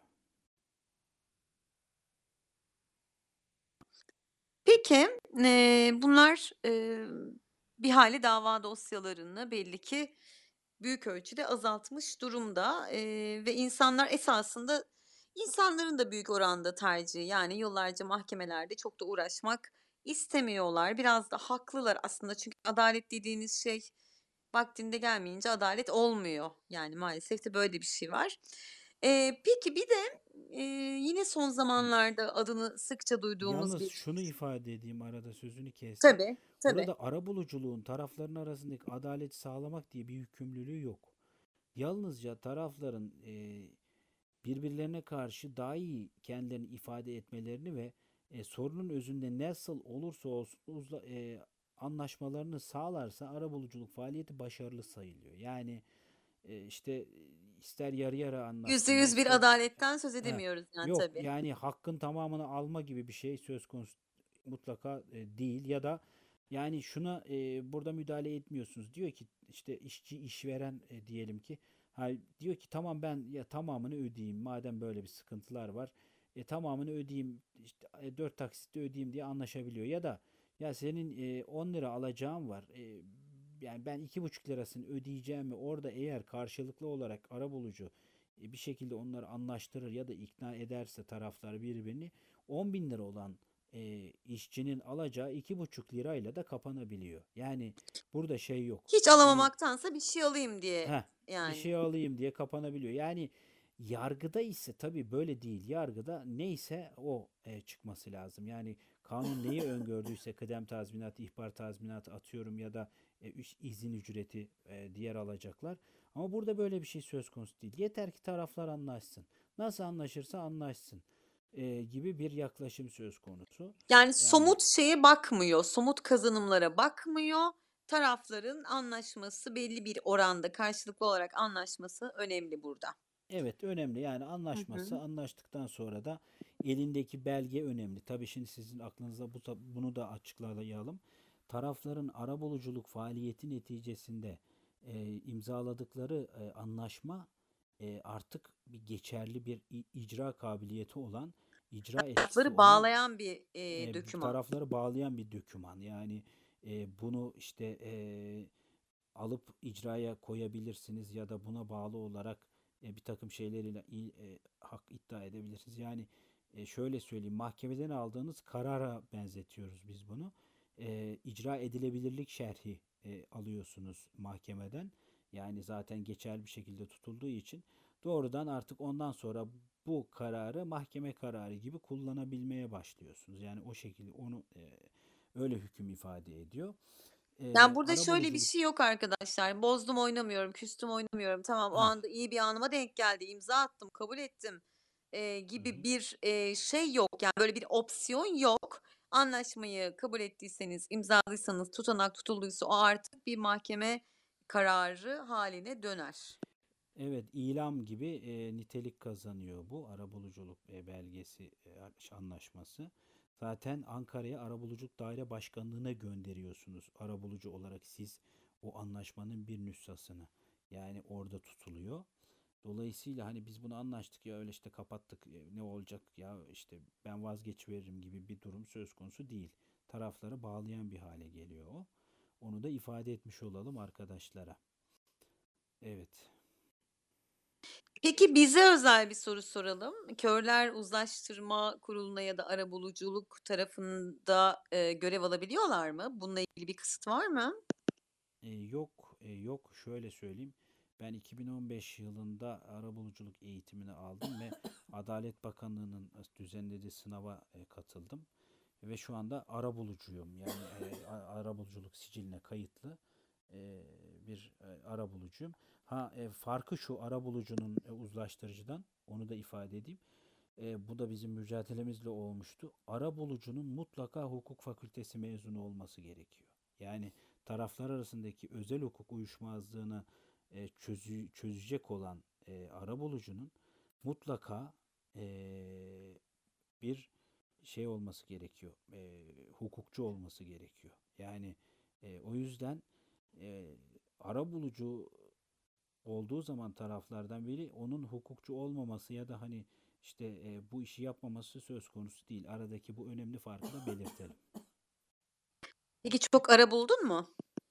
S1: Peki, bunlar bir hali dava dosyalarını belli ki büyük ölçüde azaltmış durumda, ve insanlar esasında insanların da büyük oranda tercihi, yani yıllarca mahkemelerde çok da uğraşmak istemiyorlar. Biraz da haklılar aslında çünkü adalet dediğiniz şey vaktinde gelmeyince adalet olmuyor. Yani maalesef de böyle bir şey var. Peki bir de, yine son zamanlarda adını sıkça duyduğumuz
S3: Yalnız
S1: bir.
S3: şunu ifade edeyim, arada sözünü kestim.
S1: Tabii, tabii.
S3: Burada arabuluculuğun tarafların arasındaki adaleti sağlamak diye bir yükümlülüğü yok. Yalnızca tarafların birbirlerine karşı daha iyi kendilerini ifade etmelerini ve sorunun özünde nasıl olursa olsun anlaşmalarını sağlarsa arabuluculuk faaliyeti başarılı sayılıyor. Yani işte ister yarı yarı anlaşsınlar,
S1: %100 bir
S3: ister
S1: adaletten söz
S3: he,
S1: edemiyoruz yani
S3: yok
S1: tabii.
S3: yani hakkın tamamını alma gibi bir şey söz konusu mutlaka değil, ya da yani şuna burada müdahale etmiyorsunuz. Diyor ki işte işçi işveren diyelim ki, ha, diyor ki tamam ben ya tamamını ödeyeyim madem böyle bir sıkıntılar var. Tamamını ödeyeyim işte 4 taksitte ödeyeyim diye anlaşabiliyor, ya da ya senin 10 lira alacağın var. Yani ben 2,5 lirasını ödeyeceğim ve orada eğer karşılıklı olarak arabulucu bir şekilde onları anlaştırır ya da ikna ederse taraflar birbirini, 10 bin lira olan işçinin alacağı 2,5 lirayla da kapanabiliyor. Yani burada şey yok.
S1: Hiç
S3: Hani
S1: alamamaktansa bir şey alayım diye
S3: heh, bir
S1: yani.
S3: şey alayım diye kapanabiliyor. Yani yargıda ise tabii böyle değil. Yargıda neyse o çıkması lazım. Yani kanun neyi öngördüyse kıdem tazminatı, ihbar tazminatı atıyorum ya da izin ücreti diğer alacaklar. Ama burada böyle bir şey söz konusu değil. Yeter ki taraflar anlaşsın. Nasıl anlaşırsa anlaşsın gibi bir yaklaşım söz konusu.
S1: Yani
S3: Yani
S1: somut şeye bakmıyor, somut kazanımlara bakmıyor. Tarafların anlaşması, belli bir oranda karşılıklı olarak anlaşması önemli burada.
S3: evet, önemli. Yani
S1: Hı hı.
S3: anlaştıktan sonra da elindeki belge önemli. Tabii şimdi sizin aklınıza bunu da açıklayalım. Tarafların arabuluculuk faaliyeti neticesinde imzaladıkları anlaşma artık bir geçerli bir icra kabiliyeti olan, icra etkisi
S1: Tarafları
S3: olan,
S1: bağlayan bir döküman.
S3: tarafları bağlayan bir doküman. Yani bunu işte alıp icraya koyabilirsiniz ya da buna bağlı olarak bir takım şeyleriyle hak iddia edebilirsiniz. Yani şöyle söyleyeyim, mahkemeden aldığınız karara benzetiyoruz biz bunu. İcra edilebilirlik şerhi alıyorsunuz mahkemeden. Yani zaten geçerli bir şekilde tutulduğu için doğrudan artık ondan sonra bu kararı mahkeme kararı gibi kullanabilmeye başlıyorsunuz. Yani o şekilde onu öyle hüküm ifade ediyor.
S1: Yani burada şöyle bir
S3: Arabuluculuk.
S1: şey yok arkadaşlar. Bozdum oynamıyorum, küstüm oynamıyorum. Tamam, o
S3: Ha.
S1: anda iyi bir anıma denk geldi. İmza attım, kabul ettim
S3: Hı
S1: gibi
S3: hı.
S1: bir şey yok. Yani böyle bir opsiyon yok. Anlaşmayı kabul ettiyseniz, imzaladıysanız, tutanak tutulduysa o artık bir mahkeme kararı haline döner.
S3: Evet, ilam gibi nitelik kazanıyor bu arabuluculuk belgesi anlaşması. Zaten Ankara'ya Arabuluculuk Daire Başkanlığı'na gönderiyorsunuz arabulucu olarak siz o anlaşmanın bir nüshasını. Yani orada tutuluyor. Dolayısıyla hani biz bunu anlaştık ya öyle işte kapattık ne olacak ya işte ben vazgeçiveririm gibi bir durum söz konusu değil. Tarafları bağlayan bir hale geliyor o. Onu da ifade etmiş olalım arkadaşlara. Evet.
S1: Peki bize özel bir soru soralım. Körler Uzlaştırma Kurulu'na ya da arabuluculuk tarafında görev alabiliyorlar mı? Bununla ilgili bir kısıt var mı?
S3: Yok, şöyle söyleyeyim. Ben 2015 yılında arabuluculuk eğitimini aldım ve Adalet Bakanlığı'nın düzenlediği sınava katıldım ve şu anda arabulucuyum. Yani arabuluculuk siciline kayıtlı e, bir arabulucuyum. Farkı şu arabulucunun uzlaştırıcıdan onu da ifade edeyim. Bu da bizim mücadelemizle olmuştu. Arabulucunun mutlaka hukuk fakültesi mezunu olması gerekiyor. Yani taraflar arasındaki özel hukuk uyuşmazlığını çözecek olan arabulucunun mutlaka e, bir şey olması gerekiyor. Hukukçu olması gerekiyor. Yani o yüzden e, arabulucu olduğu zaman taraflardan biri onun hukukçu olmaması ya da hani işte bu işi yapmaması söz konusu değil. Aradaki bu önemli farkı da belirtelim.
S1: Peki çok ara buldun mu?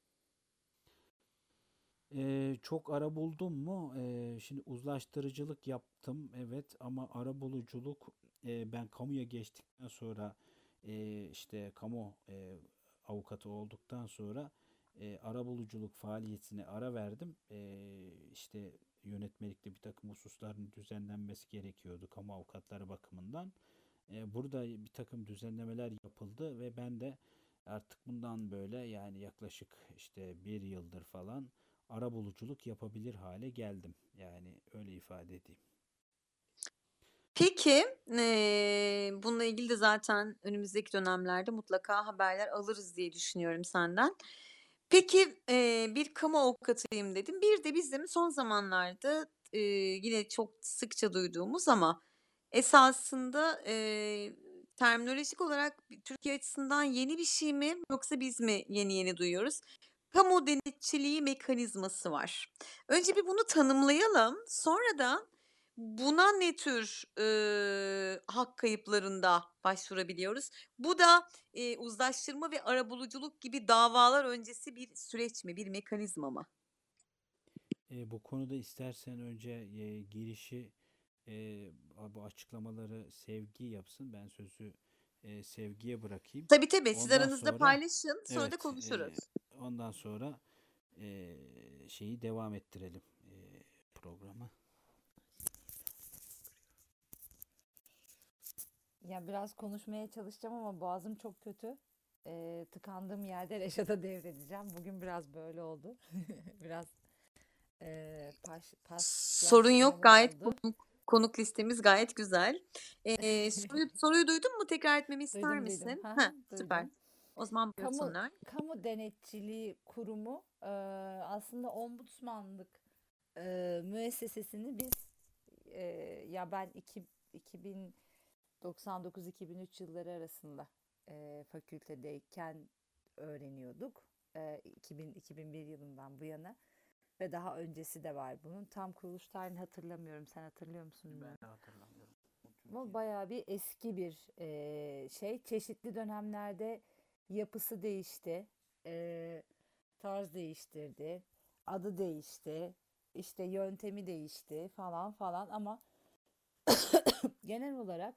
S3: Çok ara buldum mu? Şimdi uzlaştırıcılık yaptım, evet, ama arabuluculuk ben kamuya geçtikten sonra işte kamu avukatı olduktan sonra arabuluculuk faaliyetine ara verdim. İşte yönetmelikte bir takım hususların düzenlenmesi gerekiyordu kamu avukatları bakımından. Burada bir takım düzenlemeler yapıldı ve ben de artık bundan böyle yani yaklaşık işte bir yıldır falan arabuluculuk yapabilir hale geldim. Yani öyle ifade edeyim.
S1: Peki, bununla ilgili de zaten önümüzdeki dönemlerde mutlaka haberler alırız diye düşünüyorum senden. Peki, bir kamu avukatıyım dedin. Bir de bizim son zamanlarda, yine çok sıkça duyduğumuz ama esasında, terminolojik olarak Türkiye açısından yeni bir şey mi yoksa biz mi yeni yeni duyuyoruz? Kamu denetçiliği mekanizması var. Önce bir bunu tanımlayalım. Sonra da buna ne tür, hak kayıplarında başvurabiliyoruz? Bu da, uzlaştırma ve arabuluculuk gibi davalar öncesi bir süreç mi, bir mekanizma mı?
S3: Bu konuda istersen önce girişi bu açıklamaları Sevgi yapsın. Ben sözü Sevgiye bırakayım.
S1: Tabii tabii, siz
S3: Ondan
S1: aranızda
S3: sonra
S1: paylaşın, sonra da
S3: evet,
S1: konuşuruz.
S3: ondan sonra şeyi devam ettirelim programı.
S2: Ya biraz konuşmaya çalışacağım ama boğazım çok kötü. Tıkandığım yerde Reşat'a devredeceğim. Bugün biraz böyle oldu. Biraz
S1: Sorun yok,
S2: paslaşmalar
S1: gayet
S2: oldu.
S1: konuk listemiz gayet güzel. Soruyu duydun mu? Tekrar etmemi ister
S2: Duydum duydum.
S1: misin?
S2: Hı
S1: Heh,
S2: hı,
S1: süper.
S2: duydum.
S1: O zaman
S2: Kamu
S1: buyursunlar.
S2: Kamu Denetçiliği Kurumu aslında ombudsmanlık müessesesini biz e, ya ben 2099-2003 yılları arasında fakültedeyken öğreniyorduk. 2000-2001 yılından bu yana ve daha öncesi de var bunun. Tam kuruluş tarihini hatırlamıyorum. Sen hatırlıyor musun bilmiyorum.
S3: Ben de hatırlamıyorum.
S2: Ama bayağı bir eski bir şey. Çeşitli dönemlerde yapısı değişti. Eee, tarz değiştirdi. Adı değişti. İşte yöntemi değişti falan falan ama genel olarak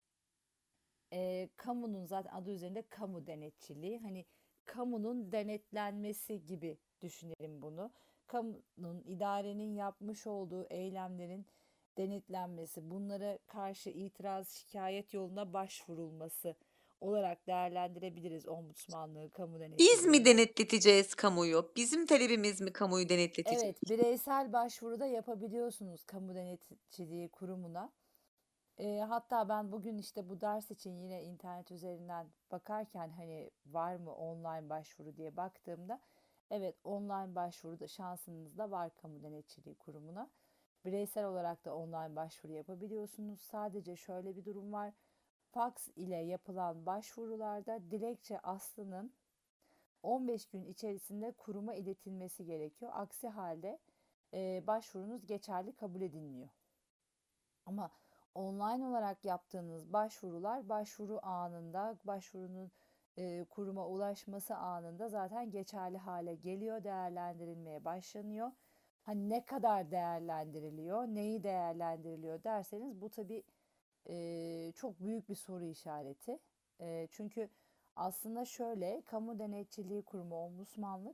S2: kamunun zaten adı üzerinde kamu denetçiliği. Hani kamunun denetlenmesi gibi düşünelim bunu. Kamunun, idarenin yapmış olduğu eylemlerin denetlenmesi, bunlara karşı itiraz, şikayet yoluna başvurulması olarak değerlendirebiliriz ombudsmanlığı, kamu
S1: Biz mi
S2: denetçiliğini.
S1: denetleteceğiz kamuyu? Bizim talebimiz mi kamuyu denetletecek?
S2: Evet, bireysel başvuruda yapabiliyorsunuz kamu denetçiliği kurumuna. Hatta ben bugün işte bu ders için yine internet üzerinden bakarken hani var mı online başvuru diye baktığımda evet online başvuru da şansınız da var kamu denetçiliği kurumuna. Bireysel olarak da online başvuru yapabiliyorsunuz. Sadece şöyle bir durum var. Fax ile yapılan başvurularda dilekçe aslının 15 gün içerisinde kuruma iletilmesi gerekiyor. Aksi halde başvurunuz geçerli kabul edilmiyor. Ama online olarak yaptığınız başvurular başvuru anında, başvurunun kuruma ulaşması anında zaten geçerli hale geliyor, değerlendirilmeye başlanıyor. Hani ne kadar değerlendiriliyor, neyi değerlendiriliyor derseniz bu tabii çok büyük bir soru işareti. Çünkü aslında şöyle, kamu denetçiliği kurumu, ombudsmanlık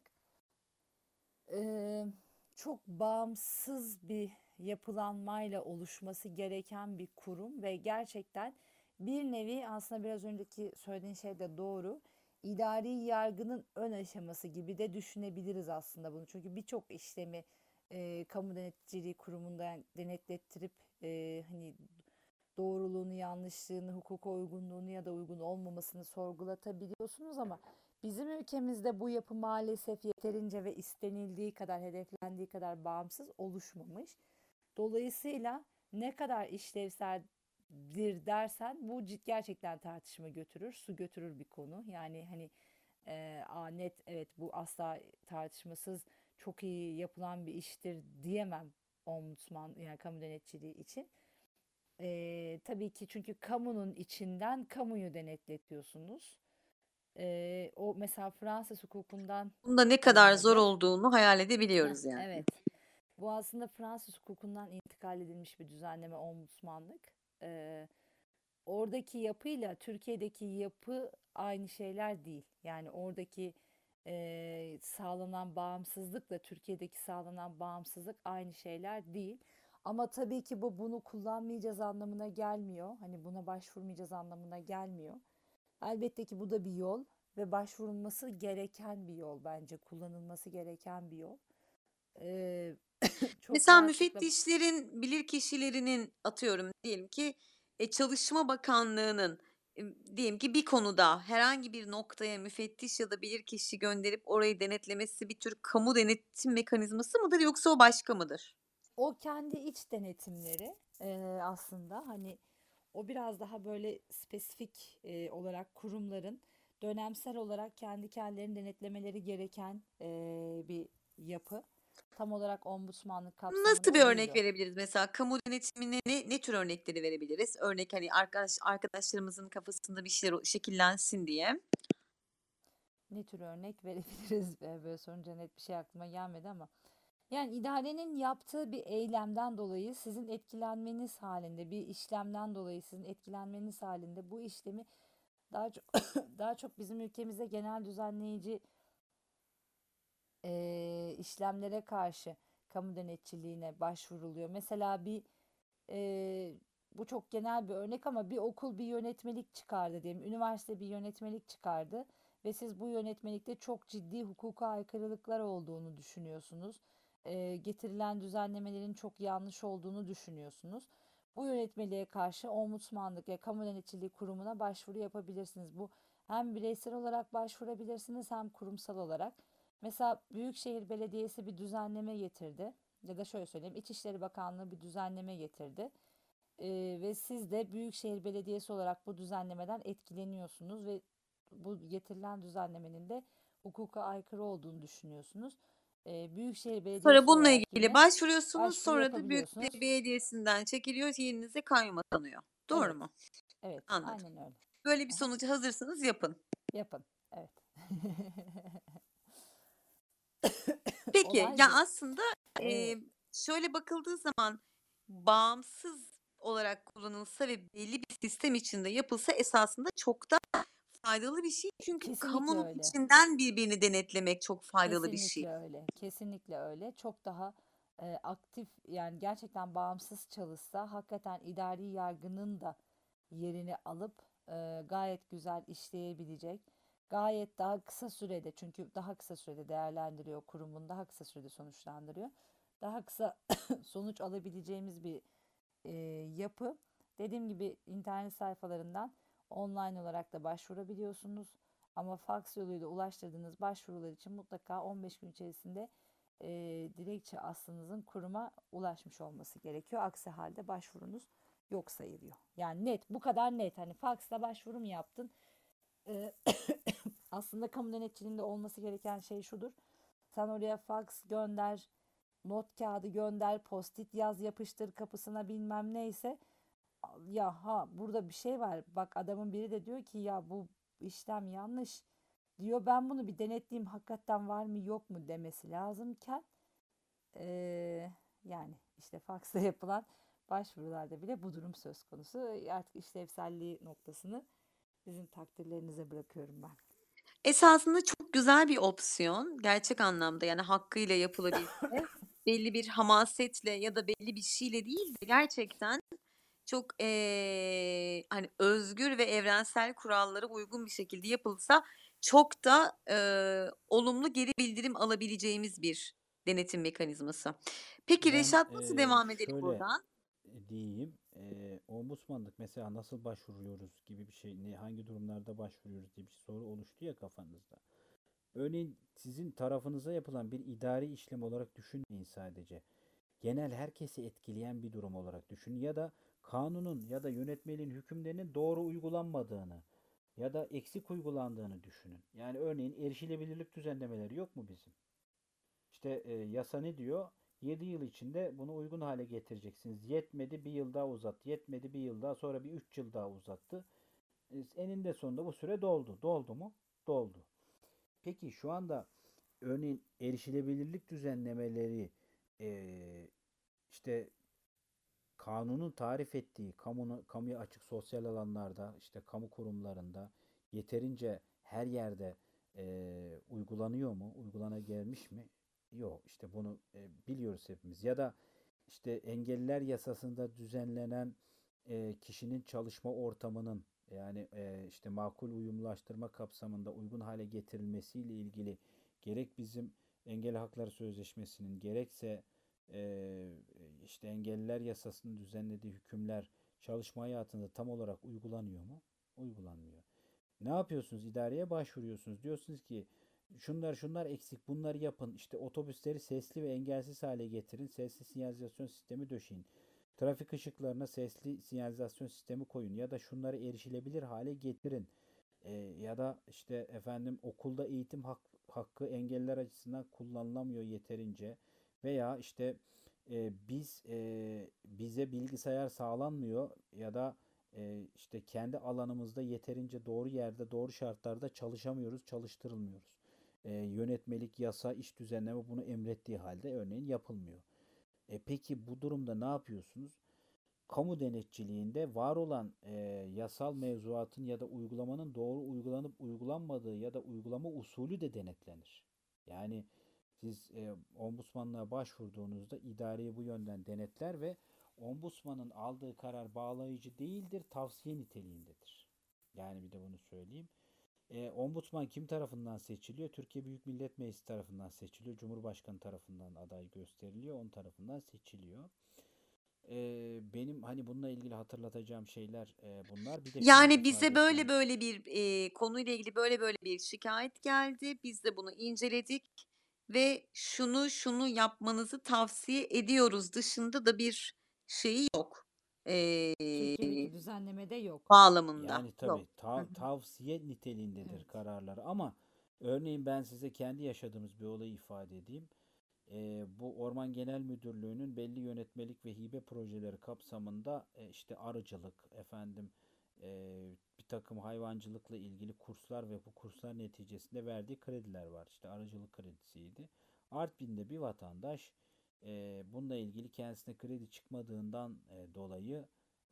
S2: Eee, çok bağımsız bir yapılanmayla oluşması gereken bir kurum ve gerçekten bir nevi aslında biraz önceki söylediğin şey de doğru. İdari yargının ön aşaması gibi de düşünebiliriz aslında bunu. Çünkü birçok işlemi kamu denetçiliği kurumunda denetlettirip hani doğruluğunu, yanlışlığını, hukuka uygunluğunu ya da uygun olmamasını sorgulatabiliyorsunuz ama bizim ülkemizde bu yapı maalesef yeterince ve istenildiği kadar, hedeflendiği kadar bağımsız oluşmamış. Dolayısıyla ne kadar işlevseldir dersen bu gerçekten tartışma götürür, su götürür bir konu. Yani hani net evet bu asla tartışmasız çok iyi yapılan bir iştir diyemem ombudsman yani kamu denetçiliği için. Tabii ki çünkü kamunun içinden kamuyu denetletiyorsunuz. O mesela Fransız hukukundan
S1: Bunda ne kadar zor
S2: alınmadır.
S1: olduğunu hayal
S2: Heh,
S1: edebiliyoruz yani.
S2: evet. Bu aslında Fransız hukukundan intikal edilmiş bir düzenleme ombudsmanlık. Ee, oradaki yapıyla Türkiye'deki yapı aynı şeyler değil. Yani oradaki sağlanan bağımsızlıkla Türkiye'deki sağlanan bağımsızlık aynı şeyler değil. Ama tabii ki bu bunu kullanmayacağız anlamına gelmiyor. Hani buna başvurmayacağız anlamına gelmiyor. Elbette ki bu da bir yol ve başvurulması gereken bir yol bence kullanılması gereken bir yol. Ee, çok
S1: Mesela
S2: rahatlıkla
S1: müfettişlerin, bilirkişilerinin atıyorum diyelim ki Çalışma Bakanlığı'nın diyelim ki bir konuda herhangi bir noktaya müfettiş ya da bilirkişi gönderip orayı denetlemesi bir tür kamu denetim mekanizması mıdır yoksa o başka mıdır?
S2: o kendi iç denetimleri aslında hani o biraz daha böyle spesifik olarak kurumların dönemsel olarak kendi kendilerini denetlemeleri gereken bir yapı. Tam olarak ombudsmanlık
S1: Nasıl bir
S2: kapsamında değil
S1: örnek
S2: o.
S1: verebiliriz mesela? Kamu denetimine ne tür örnekleri verebiliriz? Örnek hani arkadaşlarımızın kafasında bir şeyler şekillensin diye.
S2: Ne tür örnek verebiliriz? Böyle sorunca net bir şey aklıma gelmedi ama. Yani idarenin yaptığı bir eylemden dolayı sizin etkilenmeniz halinde, bir işlemden dolayı sizin etkilenmeniz halinde bu işlemi daha çok daha çok bizim ülkemizde genel düzenleyici işlemlere karşı kamu denetçiliğine başvuruluyor. Mesela eee, bu çok genel bir örnek ama bir okul bir yönetmelik çıkardı diyelim. Üniversite bir yönetmelik çıkardı ve siz bu yönetmelikte çok ciddi hukuka aykırılıklar olduğunu düşünüyorsunuz. Getirilen düzenlemelerin çok yanlış olduğunu düşünüyorsunuz. Bu yönetmeliğe karşı Ombudsmanlık ya Kamu Denetçiliği Kurumu'na başvuru yapabilirsiniz. Bu hem bireysel olarak başvurabilirsiniz hem kurumsal olarak. Mesela Büyükşehir Belediyesi bir düzenleme getirdi. Ya da şöyle söyleyeyim, İçişleri Bakanlığı bir düzenleme getirdi. Ve siz de Büyükşehir Belediyesi olarak bu düzenlemeden etkileniyorsunuz ve bu getirilen düzenlemenin de hukuka aykırı olduğunu düşünüyorsunuz. Büyükşehir
S1: Sonra
S2: Belediyesi
S1: bununla
S2: olarak
S1: ilgili
S2: yine
S1: başvuruyorsunuz.
S2: başvuru
S1: Sonra da
S2: yapabiliyorsunuz.
S1: Büyükşehir Belediyesi'nden çekiliyor. Yerinize kayyum atanıyor. Doğru
S2: Evet,
S1: mu?
S2: evet,
S1: Anladım.
S2: aynen öyle.
S1: Böyle bir
S2: Aha,
S1: sonuca hazırsanız yapın.
S2: yapın, evet.
S1: Peki,
S2: Olay
S1: ya
S2: bu.
S1: aslında
S2: Ee,
S1: şöyle bakıldığı zaman bağımsız olarak kullanılsa ve belli bir sistem içinde yapılsa esasında çok da faydalı bir şey. Çünkü
S2: Kesinlikle
S1: kamunun
S2: öyle.
S1: içinden birbirini denetlemek çok faydalı bir şey.
S2: Kesinlikle öyle. Kesinlikle öyle. Çok daha aktif yani gerçekten bağımsız çalışsa hakikaten idari yargının da yerini alıp gayet güzel işleyebilecek. Gayet daha kısa sürede çünkü daha kısa sürede değerlendiriyor kurumun daha kısa sürede sonuçlandırıyor. Daha kısa sonuç alabileceğimiz bir e, yapı. Dediğim gibi internet sayfalarından online olarak da başvurabiliyorsunuz. Ama faks yoluyla ulaştırdığınız başvurular için mutlaka 15 gün içerisinde e, dilekçe aslınızın kuruma ulaşmış olması gerekiyor. Aksi halde başvurunuz yok sayılıyor. Yani net, bu kadar net. Hani faksla başvuru mu yaptın? E, aslında kamu denetçiliğinde olması gereken şey şudur. Sen oraya faks gönder, not kağıdı gönder, postit yaz yapıştır kapısına bilmem neyse. Ya ha burada bir şey var. Bak adamın biri de diyor ki ya bu işlem yanlış diyor. Ben bunu bir denetleyeyim hakikaten var mı yok mu demesi lazımken yani işte faksla yapılan başvurularda bile bu durum söz konusu. Artık işlevselliği noktasını sizin takdirlerinize bırakıyorum ben.
S1: Esasında çok güzel bir opsiyon. Gerçek anlamda yani hakkıyla yapılabilse belli bir hamasetle ya da belli bir şeyle değil de gerçekten çok hani özgür ve evrensel kurallara uygun bir şekilde yapılsa çok da olumlu geri bildirim alabileceğimiz bir denetim mekanizması. Peki
S3: Ben
S1: Reşat nasıl devam edelim
S3: şöyle
S1: buradan?
S3: diyeyim, ombudsmanlık mesela nasıl başvuruyoruz gibi bir şey, hangi durumlarda başvuruyoruz diye bir soru oluştu ya kafanızda. Örneğin sizin tarafınıza yapılan bir idari işlem olarak düşünmeyin sadece. Genel herkesi etkileyen bir durum olarak düşünün ya da kanunun ya da yönetmeliğin hükümlerinin doğru uygulanmadığını ya da eksik uygulandığını düşünün. Yani örneğin erişilebilirlik düzenlemeleri yok mu bizim? İşte yasa ne diyor? 7 yıl içinde bunu uygun hale getireceksiniz. Yetmedi bir yıl daha uzattı. Yetmedi bir yıl daha sonra bir 3 yıl daha uzattı. Eninde sonunda bu süre doldu. Doldu mu? Doldu. Peki şu anda örneğin erişilebilirlik düzenlemeleri e, işte kanunun tarif ettiği kamuya açık sosyal alanlarda işte kamu kurumlarında yeterince her yerde uygulanıyor mu? Uygulana gelmiş mi? Yok. İşte bunu biliyoruz hepimiz. Ya da işte engelliler yasasında düzenlenen kişinin çalışma ortamının yani işte makul uyumlaştırma kapsamında uygun hale getirilmesiyle ilgili gerek bizim Engelli Hakları Sözleşmesi'nin gerekse e, işte engelliler yasasının düzenlediği hükümler çalışma hayatında tam olarak uygulanıyor mu? Uygulanmıyor. Ne yapıyorsunuz? İdareye başvuruyorsunuz. Diyorsunuz ki şunlar eksik, bunları yapın. İşte otobüsleri sesli ve engelsiz hale getirin. Sesli sinyalizasyon sistemi döşeyin. Trafik ışıklarına sesli sinyalizasyon sistemi koyun ya da şunları erişilebilir hale getirin. Ya da işte efendim okulda eğitim hakkı engelliler açısından kullanılamıyor yeterince veya işte bize bilgisayar sağlanmıyor ya da işte kendi alanımızda yeterince doğru yerde doğru şartlarda çalışamıyoruz, çalıştırılmıyoruz. Yönetmelik, yasa, iş düzenleme bunu emrettiği halde örneğin yapılmıyor. Peki bu durumda ne yapıyorsunuz? kamu denetçiliğinde var olan yasal mevzuatın ya da uygulamanın doğru uygulanıp uygulanmadığı ya da uygulama usulü de denetlenir. Yani siz ombudsmanlığa başvurduğunuzda idareyi bu yönden denetler ve ombudsmanın aldığı karar bağlayıcı değildir, tavsiye niteliğindedir. Yani bir de bunu söyleyeyim. Ombudsman kim tarafından seçiliyor? Türkiye Büyük Millet Meclisi tarafından seçiliyor. Cumhurbaşkanı tarafından aday gösteriliyor. Onun tarafından seçiliyor. Benim hani bununla ilgili hatırlatacağım şeyler bunlar. Bir de şunu
S1: Yani
S3: ifade
S1: bize böyle
S3: etmem.
S1: böyle bir konuyla ilgili böyle böyle bir şikayet geldi. Biz de bunu inceledik ve şunu yapmanızı tavsiye ediyoruz dışında da bir şeyi yok.
S2: Türkiye'deki düzenlemede yok.
S1: Bağlamında
S3: Yani
S1: yok.
S3: tabii
S1: Hı hı.
S3: tavsiye niteliğindedir
S2: Evet.
S3: kararları ama örneğin ben size kendi yaşadığımız bir olayı ifade edeyim. Bu Orman Genel Müdürlüğü'nün belli yönetmelik ve hibe projeleri kapsamında işte arıcılık, efendim bir takım hayvancılıkla ilgili kurslar ve bu kurslar neticesinde verdiği krediler var. İşte arıcılık kredisiydi. Artvin'de bir vatandaş bununla ilgili kendisine kredi çıkmadığından dolayı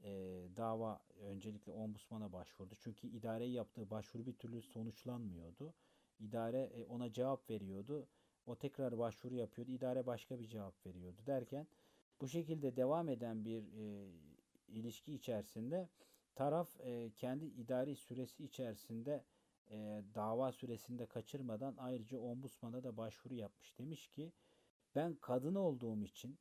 S3: dava öncelikle ombudsmana başvurdu. Çünkü idareye yaptığı başvuru bir türlü sonuçlanmıyordu. İdare ona cevap veriyordu. O tekrar başvuru yapıyordu. İdare başka bir cevap veriyordu derken bu şekilde devam eden bir ilişki içerisinde taraf kendi idari süresi içerisinde dava süresini de kaçırmadan ayrıca ombudsmana da başvuru yapmış. Demiş ki ben kadın olduğum için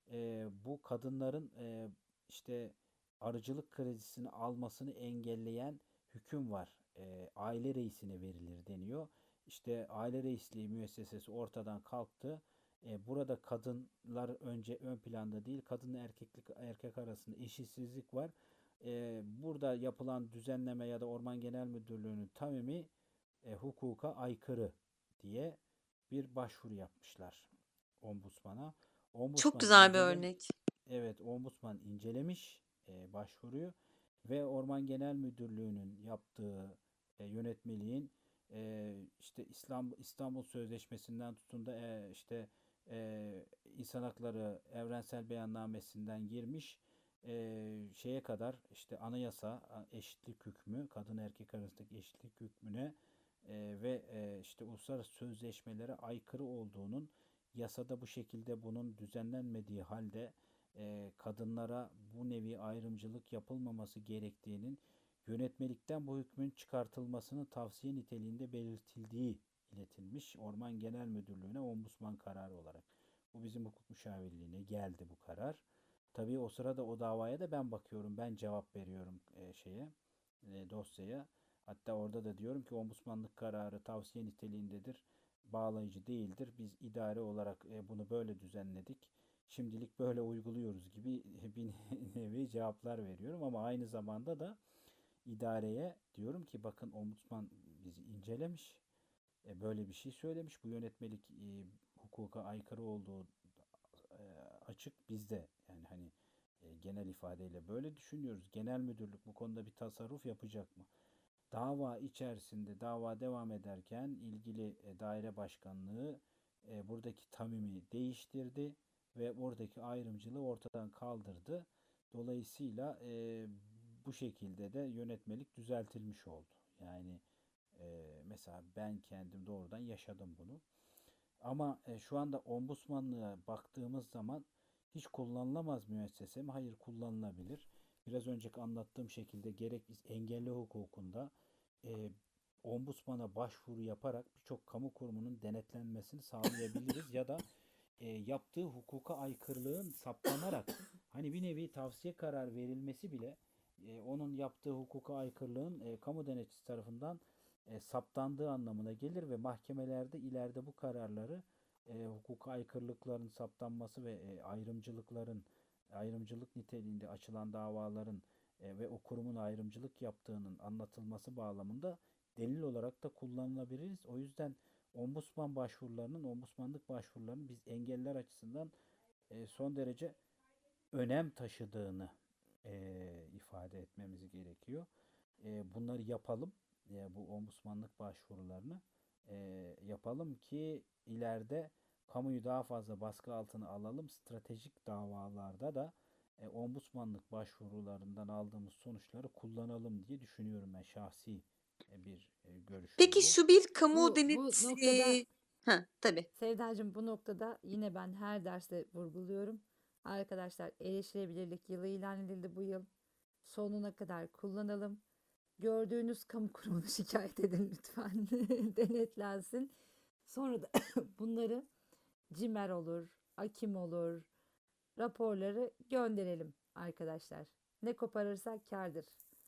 S3: bu kadınların işte arıcılık kredisini almasını engelleyen hüküm var. Aile reisine verilir deniyor. İşte aile reisliği müessesesi ortadan kalktı. Burada kadınlar önce ön planda değil, kadın erkek arasında eşitsizlik var. Burada yapılan düzenleme ya da Orman Genel Müdürlüğü'nün tamimi hukuka aykırı diye bir başvuru yapmışlar ombudsmana.
S1: Çok
S3: Ombudsman
S1: güzel bir
S3: incelem
S1: örnek.
S3: Evet, ombudsman incelemiş başvuruyu ve Orman Genel Müdürlüğü'nün yaptığı yönetmeliğin işte İstanbul Sözleşmesi'nden tutun da işte İnsan Hakları Evrensel Beyannamesi'nden girmiş şeye kadar işte anayasa eşitlik hükmü, kadın erkek arasındaki eşitlik hükmüne ve işte uluslararası sözleşmelere aykırı olduğunun, yasada bu şekilde bunun düzenlenmediği halde kadınlara bu nevi ayrımcılık yapılmaması gerektiğinin, yönetmelikten bu hükmün çıkartılmasını tavsiye niteliğinde belirtildiği iletilmiş Orman Genel Müdürlüğü'ne ombudsman kararı olarak. Bu bizim hukuk müşavirliğine geldi bu karar. Tabii o sırada o davaya da ben bakıyorum, ben cevap veriyorum dosyaya. Hatta orada da diyorum ki ombudsmanlık kararı tavsiye niteliğindedir, bağlayıcı değildir. Biz idare olarak bunu böyle düzenledik. Şimdilik böyle uyguluyoruz gibi bir nevi cevaplar veriyorum ama aynı zamanda da idareye diyorum ki bakın ombudsman bizi incelemiş. Böyle bir şey söylemiş. Bu yönetmelik hukuka aykırı olduğu e, açık bizde. Yani hani genel ifadeyle böyle düşünüyoruz. Genel müdürlük bu konuda bir tasarruf yapacak mı? Dava içerisinde dava devam ederken ilgili daire başkanlığı buradaki tamimi değiştirdi ve buradaki ayrımcılığı ortadan kaldırdı. Dolayısıyla bu şekilde de yönetmelik düzeltilmiş oldu. Yani mesela ben kendim doğrudan yaşadım bunu. Ama şu anda ombudsmanlığa baktığımız zaman hiç kullanılamaz müessese mi? Hayır, kullanılabilir. Biraz önceki anlattığım şekilde gerek engelli hukukunda e, ombudsmana başvuru yaparak birçok kamu kurumunun denetlenmesini sağlayabiliriz ya da yaptığı hukuka aykırılığın saptanarak hani bir nevi tavsiye karar verilmesi bile onun yaptığı hukuka aykırılığın kamu denetçisi tarafından saptandığı anlamına gelir ve mahkemelerde ileride bu kararları hukuka aykırılıkların saptanması ve ayrımcılık niteliğinde açılan davaların ve o kurumun ayrımcılık yaptığının anlatılması bağlamında delil olarak da kullanılabiliriz. O yüzden ombudsmanlık başvurularının biz engeller açısından son derece önem taşıdığını ifade etmemiz gerekiyor. Bunları yapalım. Bu ombudsmanlık başvurularını e, yapalım ki ileride kamuyu daha fazla baskı altına alalım. Stratejik davalarda da ombudsmanlık başvurularından aldığımız sonuçları kullanalım diye düşünüyorum ben. Şahsi bir görüşüm
S1: Peki
S3: bu.
S1: şu bir kamu
S2: Bu noktada
S1: tabii.
S2: Sevdacığım, bu noktada yine ben her derste vurguluyorum. Arkadaşlar, erişilebilirlik yılı ilan edildi bu yıl. Sonuna kadar kullanalım. Gördüğünüz kamu kurumuna şikayet edin lütfen. Denetlensin. Sonra da bunları CİMER olur, AKİM olur, raporları gönderelim arkadaşlar. Ne koparırsak kârdır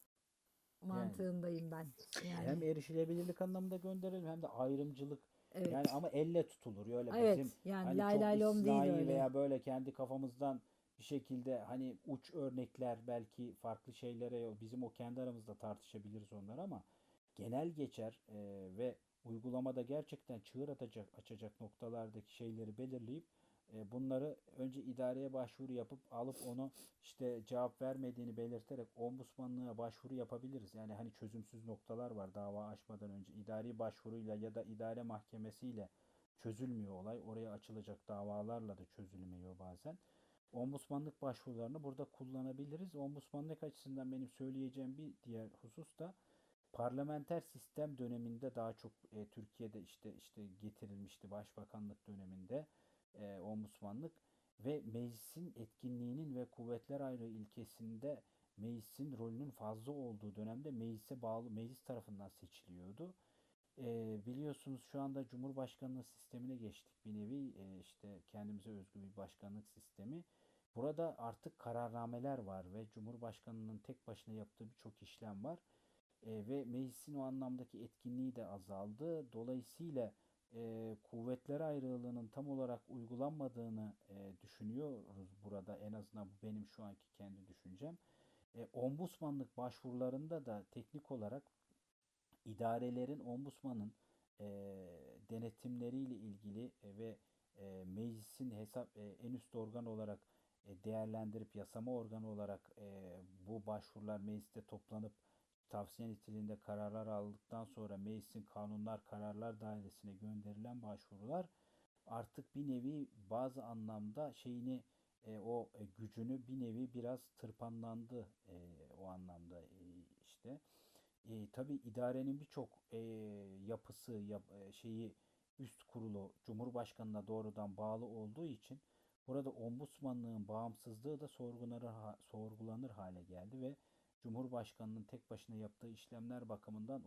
S3: Yani
S2: mantığındayım ben.
S3: hem
S2: Yani
S3: erişilebilirlik anlamında gönderelim hem de ayrımcılık, yani
S2: evet.
S3: ama elle tutulur. Öyle
S2: Evet,
S3: bizim
S2: yani
S3: hani
S2: lay
S3: çok
S2: lay lom değil
S3: istisnai
S2: öyle.
S3: veya böyle kendi kafamızdan bir şekilde hani uç örnekler, belki farklı şeylere bizim o kendi aramızda tartışabiliriz onları, ama genel geçer ve uygulamada gerçekten çığır açacak noktalardaki şeyleri belirleyip bunları önce idareye başvuru yapıp alıp onu işte cevap vermediğini belirterek ombudsmanlığa başvuru yapabiliriz. Yani hani çözümsüz noktalar var dava açmadan önce. İdari başvuruyla ya da idare mahkemesiyle çözülmüyor olay. Oraya açılacak davalarla da çözülmüyor bazen. Ombudsmanlık başvurularını burada kullanabiliriz. Ombudsmanlık açısından benim söyleyeceğim bir diğer husus da parlamenter sistem döneminde daha çok Türkiye'de işte getirilmişti, başbakanlık döneminde ombudsmanlık ve meclisin etkinliğinin ve kuvvetler ayrılığı ilkesinde meclisin rolünün fazla olduğu dönemde meclise bağlı, meclis tarafından seçiliyordu. Biliyorsunuz şu anda Cumhurbaşkanlığı sistemine geçtik bir nevi, işte kendimize özgü bir başkanlık sistemi. Burada artık kararnameler var ve Cumhurbaşkanının tek başına yaptığı birçok işlem var. Ve meclisin o anlamdaki etkinliği de azaldı. Dolayısıyla kuvvetler ayrılığının tam olarak uygulanmadığını düşünüyoruz burada. En azından bu benim şu anki kendi düşüncem. Ombudsmanlık başvurularında da teknik olarak idarelerin ombudsmanın e, denetimleriyle ilgili ve meclisin en üst organ olarak değerlendirip yasama organı olarak bu başvurular mecliste toplanıp tavsiye niteliğinde kararlar aldıktan sonra meclisin kanunlar kararlar dairesine gönderilen başvurular artık bir nevi bazı anlamda gücünü bir nevi biraz tırpanlandı o anlamda işte. Tabii idarenin birçok yapısı, şeyi üst kurulu Cumhurbaşkanına doğrudan bağlı olduğu için burada ombudsmanlığın bağımsızlığı da sorgulanır hale geldi ve Cumhurbaşkanının tek başına yaptığı işlemler bakımından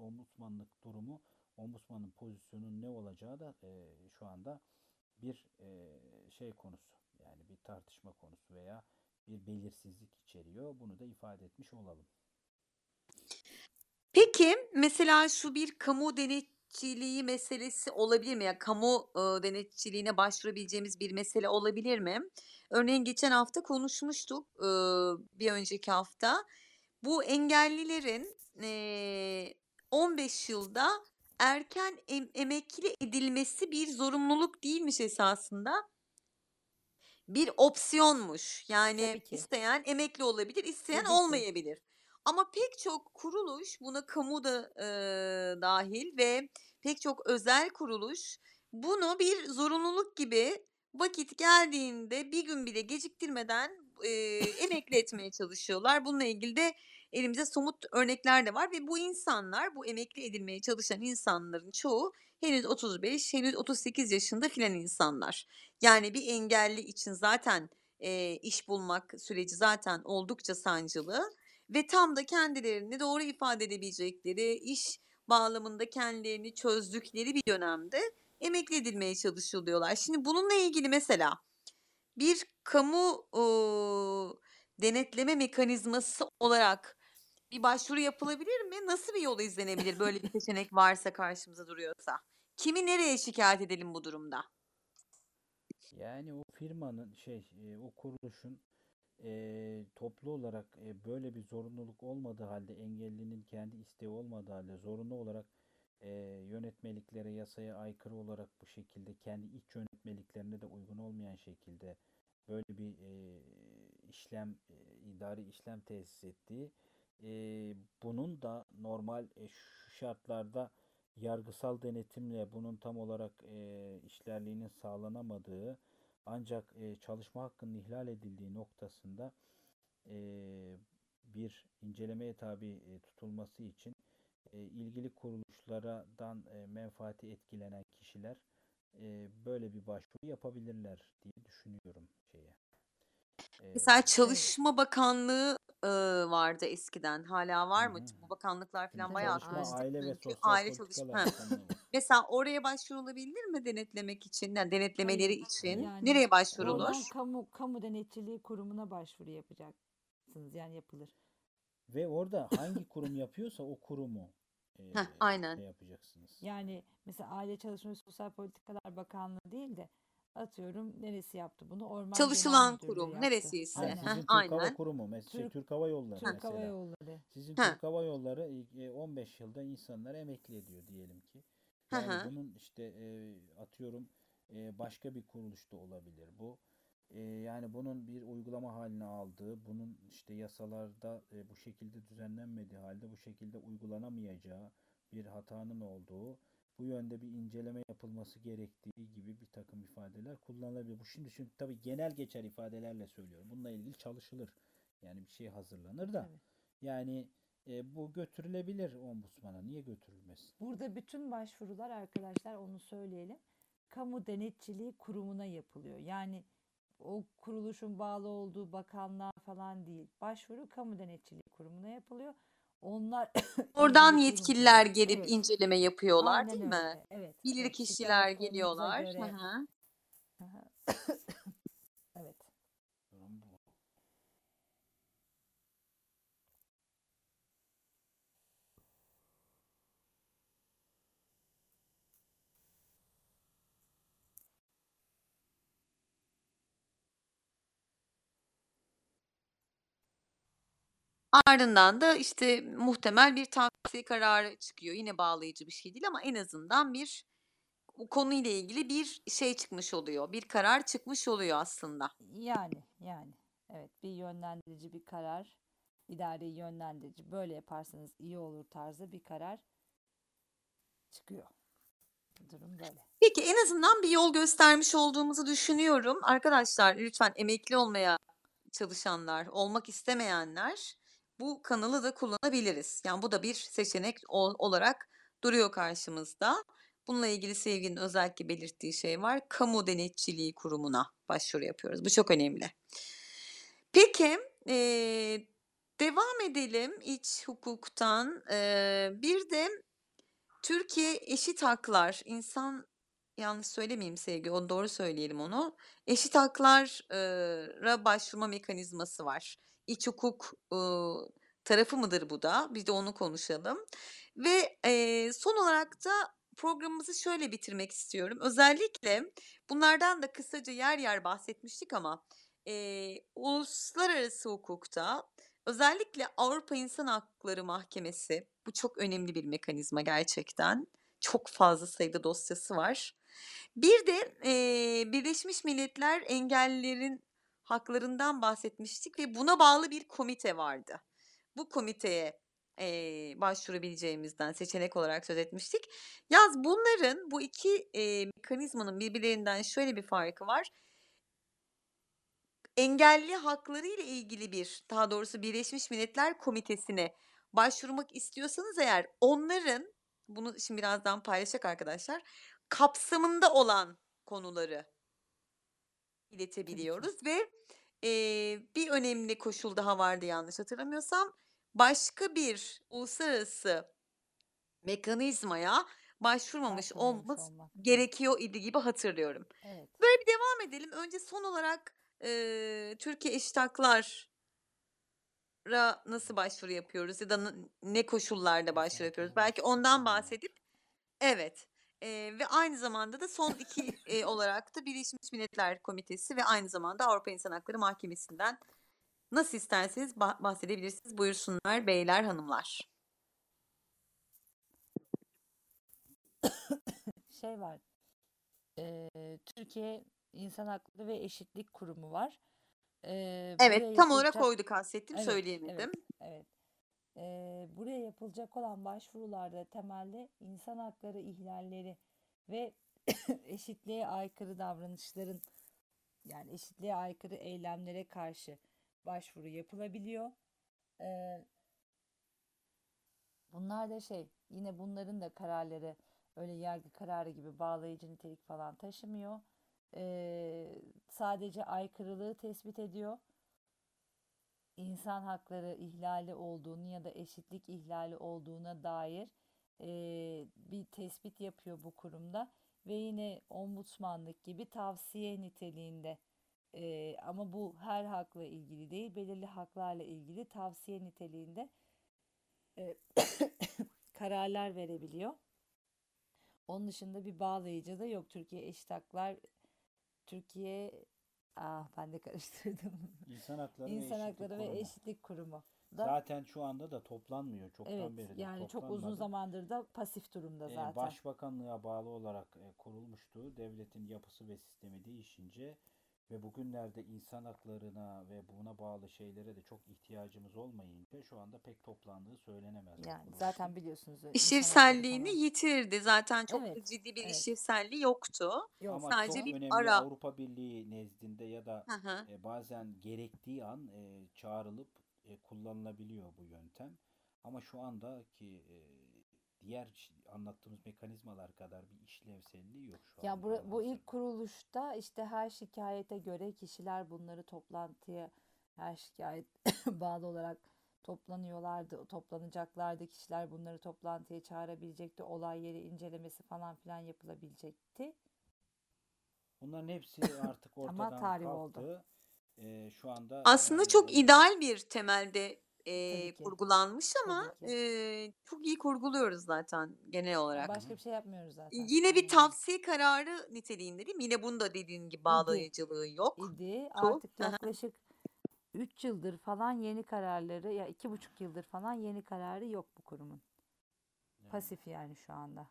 S3: ombudsmanın pozisyonunun ne olacağı da şu anda bir şey konusu. Yani bir tartışma konusu veya bir belirsizlik içeriyor. Bunu da ifade etmiş olalım.
S1: Peki mesela şu bir kamu denetçiliği meselesi olabilir mi? Ya kamu denetçiliğine başvurabileceğimiz bir mesele olabilir mi? Örneğin geçen hafta konuşmuştuk, bir önceki hafta. Bu engellilerin 15 yılda erken emekli edilmesi bir zorunluluk değilmiş esasında. Bir opsiyonmuş. Yani
S2: Tabii ki.
S1: isteyen emekli olabilir, isteyen
S2: Tabii ki.
S1: olmayabilir. Ama pek çok kuruluş, buna kamu da dâhil ve pek çok özel kuruluş bunu bir zorunluluk gibi vakit geldiğinde bir gün bile geciktirmeden emekli etmeye çalışıyorlar. Bununla ilgili de elimizde somut örnekler de var ve bu insanlar, bu emekli edilmeye çalışan insanların çoğu henüz 35, henüz 38 yaşında filan insanlar. Yani bir engelli için zaten, iş bulmak süreci zaten oldukça sancılı ve tam da kendilerini doğru ifade edebilecekleri, iş bağlamında kendilerini çözdükleri bir dönemde emekli edilmeye çalışılıyorlar. Şimdi bununla ilgili mesela bir kamu, denetleme mekanizması olarak bir başvuru yapılabilir mi? Nasıl bir yol izlenebilir böyle bir seçenek varsa karşımıza duruyorsa? Kimi nereye şikâyet edelim bu durumda?
S3: Yani o firmanın o kuruluşun toplu olarak böyle bir zorunluluk olmadığı halde, engellinin kendi isteği olmadığı halde zorunlu olarak e, yönetmeliklere, yasaya aykırı olarak bu şekilde kendi iç yönetmeliklerine de uygun olmayan şekilde böyle bir idari işlem tesis ettiği, e, bunun da normal şu şartlarda yargısal denetimle bunun tam olarak işlerliğinin sağlanamadığı, ancak çalışma hakkının ihlal edildiği noktasında bir incelemeye tabi tutulması için ilgili kuruluşlardan menfaati etkilenen kişiler böyle bir başvuru yapabilirler diye düşünüyorum şeye.
S1: Mesela
S2: Evet.
S1: Çalışma Bakanlığı, vardı eskiden. Hâlâ
S3: Hı
S1: var mı?
S3: hı.
S1: Bu bakanlıklar falan
S3: Şimdi
S2: Tabii
S1: bayağı
S3: Çalışma,
S1: karıştı
S2: aynen.
S3: Aile ve
S1: çünkü.
S3: Sosyal
S1: Aile çalışma.
S3: Politikalar Bakanlığı var.
S1: Mesela oraya başvurulabilir mi denetlemek için? Yani denetlemeleri
S2: Hayır.
S1: için?
S3: Evet.
S2: Yani
S1: Nereye
S2: oradan
S1: başvurulur?
S2: kamu denetçiliği kurumuna başvuru yapacaksınız. Yani yapılır.
S3: Ve orada hangi kurum yapıyorsa o kurumu
S1: Heh,
S3: şey
S1: aynen.
S3: yapacaksınız.
S2: Yani mesela Aile Çalışma ve Sosyal Politikalar Bakanlığı değil de atıyorum neresi yaptı bunu? Orman Genel
S1: Çalışılan
S2: Müdürlüğü
S1: kurum
S2: yaptı.
S1: neresiyse.
S3: Ha,
S1: Heh,
S3: sizin
S2: Aynen.
S3: Türk Hava
S1: aynen.
S3: Kurumu,
S2: Türk
S3: Türk Hava Yolları
S2: Türk Hava
S3: mesela.
S2: Yolları.
S3: Sizin
S1: Heh.
S3: Türk Hava Yolları 15 yılda insanlar emekli ediyor diyelim ki.
S1: Hı
S3: Yani
S1: hı.
S3: bunun işte atıyorum başka bir kuruluşta olabilir bu. Yani bunun bir uygulama haline aldığı, bunun işte yasalarda bu şekilde düzenlenmediği halde bu şekilde uygulanamayacağı bir hatanın olduğu, bu yönde bir inceleme yapılması gerektiği gibi bir takım ifadeler kullanılabilir. Bu şimdi tabii genel geçer ifadelerle söylüyorum. Bununla ilgili çalışılır. Yani bir şey hazırlanır da.
S2: Tabii.
S3: Yani bu götürülebilir ombudsmana. Niye götürülmesin?
S2: Burada bütün başvurular arkadaşlar onu söyleyelim. Kamu Denetçiliği Kurumu'na yapılıyor. Yani o kuruluşun bağlı olduğu bakanlığa falan değil. Başvuru Kamu Denetçiliği Kurumu'na yapılıyor. Onlar
S1: Oradan
S2: ilgili kurum tabii.
S1: yetkililer gelip
S2: Evet.
S1: inceleme yapıyorlar,
S2: Aynen
S1: değil mi?
S2: öyle. Evet.
S1: Bilir
S2: Evet.
S1: kişiler
S2: Şikayet konunuza
S1: geliyorlar. Hı
S2: göre.
S1: hı.
S2: Aha, evet.
S3: Durum bu.
S1: Ardından da işte muhtemel bir tavsiye kararı çıkıyor. Yine bağlayıcı bir şey değil ama en azından bir o konuyla ilgili bir şey çıkmış oluyor. Bir karar çıkmış oluyor aslında.
S2: Yani. Evet. Bir yönlendirici bir karar. İdari yönlendirici. Böyle yaparsanız iyi olur tarzı bir karar çıkıyor. Durum böyle.
S1: Peki en azından bir yol göstermiş olduğumuzu düşünüyorum. Arkadaşlar lütfen emekli olmaya çalışanlar, olmak istemeyenler bu kanalı da kullanabiliriz. Yani bu da bir seçenek olarak duruyor karşımızda. Bununla ilgili Sevgi'nin özellikle belirttiği şey var. Kamu Denetçiliği Kurumu'na başvuru yapıyoruz. Bu çok önemli. Peki, devam edelim iç hukuktan. Bir de Türkiye Eşit Haklar, yanlış söylemeyeyim Sevgi, doğru söyleyelim onu. Eşit Haklar'a başvurma mekanizması var. İç hukuk tarafı mıdır bu da? Bir de onu konuşalım. Ve son olarak da programımızı şöyle bitirmek istiyorum. Özellikle bunlardan da kısaca yer yer bahsetmiştik ama uluslararası hukukta özellikle Avrupa İnsan Hakları Mahkemesi, bu çok önemli bir mekanizma gerçekten. Çok fazla sayıda dosyası var. Bir de Birleşmiş Milletler Engellilerin Haklarından bahsetmiştik ve buna bağlı bir komite vardı. Bu komiteye başvurabileceğimizden seçenek olarak söz etmiştik. Yalnız bunların, bu iki mekanizmanın birbirlerinden şöyle bir farkı var. Engelli hakları ile ilgili daha doğrusu Birleşmiş Milletler Komitesi'ne başvurmak istiyorsanız eğer onların, bunu şimdi birazdan paylaşacak arkadaşlar, kapsamında olan konuları
S2: Tabii ki.
S1: iletebiliyoruz ve bir önemli koşul daha vardı yanlış hatırlamıyorsam. Başka bir uluslararası mekanizmaya başvurmamış
S2: Başvurmamış
S1: olmamız
S2: olmak. Evet.
S1: gerekiyor idi gibi hatırlıyorum.
S2: Evet.
S1: Böyle bir devam edelim. Önce son olarak Türkiye Eşit Haklar'a nasıl başvuru yapıyoruz ya da ne koşullarda başvuru yapıyoruz?
S3: İnsan
S1: Belki
S3: hakları eşitlik
S1: ondan
S3: kurumu var.
S1: bahsedip evet. Ve aynı zamanda da son iki olarak da Birleşmiş Milletler Komitesi ve aynı zamanda Avrupa İnsan Hakları Mahkemesi'nden nasıl isterseniz bahsedebilirsiniz. Buyursunlar beyler hanımlar.
S2: Şey var. Türkiye İnsan Hakları ve Eşitlik Kurumu var. Buraya
S1: Evet, tam olarak
S2: yapılacak.
S1: oydu kastettim,
S2: Evet.
S1: söyleyemedim.
S2: Evet. Buraya yapılacak olan başvurularda temelde insan hakları ihlalleri ve eşitliğe aykırı davranışların, yani eşitliğe aykırı eylemlere karşı başvuru yapılabiliyor. Ee, Bunlar da yine bunların da kararları öyle yargı kararı gibi bağlayıcı nitelik falan taşımıyor. Sadece aykırılığı tespit ediyor. İnsan hakları ihlali olduğunu ya da eşitlik ihlali olduğuna dair bir tespit yapıyor bu kurumda ve yine ombudsmanlık gibi tavsiye niteliğinde. Ama bu her hakla ilgili değil, belirli haklarla ilgili tavsiye niteliğinde e, kararlar verebiliyor. Onun dışında bir bağlayıcı da yok. Türkiye ben de karıştırdım.
S3: İnsan Hakları ve
S2: İnsan
S3: Eşitlik
S2: Hakları ve
S3: Kurumu.
S2: Eşitlik Kurumu da
S3: Zaten şu anda da toplanmıyor.
S2: evet,
S3: Çoktan beridir
S2: yani çok uzun
S3: toplanmadı.
S2: zamandır da pasif durumda zaten.
S3: Başbakanlığa bağlı olarak kurulmuştu. Devletin yapısı ve sistemi değişince ve bugünlerde insan haklarına ve buna bağlı şeylere de çok ihtiyacımız olmayınca şu anda pek toplandığı söylenemez bu
S2: Yani
S3: kuruluşun.
S2: zaten biliyorsunuz insan hakları
S1: İşlevselliğini
S2: falan.
S1: yitirdi. Zaten çok da
S2: Evet,
S1: ciddi bir
S2: evet.
S1: işlevselliği yoktu.
S2: Yok
S3: Ama
S2: şu
S1: Sadece
S3: çok
S1: bir
S2: an.
S3: önemli
S1: ara.
S3: Avrupa Birliği nezdinde ya da
S1: Hı hı.
S3: bazen gerektiği an çağrılıp kullanılabiliyor bu yöntem. Ama şu andaki diğer anlattığımız mekanizmalar kadar bir işlevselliği yok şu
S2: Ya
S3: anda
S2: bu
S3: halihazırda.
S2: ilk kuruluşta işte her şikayete göre kişiler bunları toplantıya her şikayet bağlı olarak toplanıyorlardı, toplanacaklardı. Kişiler bunları toplantıya çağırabilecekti. Olay yeri incelemesi falan filan yapılabilecekti.
S3: Bunların hepsi artık
S2: Ama
S3: ortadan
S2: tarih oldu.
S3: kalktı. Şu anda
S1: Aslında
S3: yani
S1: çok ideal bir temelde
S2: Tabii ki.
S1: kurgulanmış ama
S2: Tabii ki.
S1: çok iyi kurguluyoruz zaten genel
S2: Ya
S1: olarak.
S2: başka bir şey yapmıyoruz zaten.
S1: Yine bir
S2: Yani
S1: tavsiye kararı niteliğinde değil mi? Yine bunda dediğin gibi
S2: idi.
S1: bağlayıcılığı yok.
S2: İdi.
S1: Tu.
S2: Artık yaklaşık 3 yıldır falan yeni kararları ya 2,5 yıldır falan yeni kararı yok bu kurumun. Pasif yani şu anda.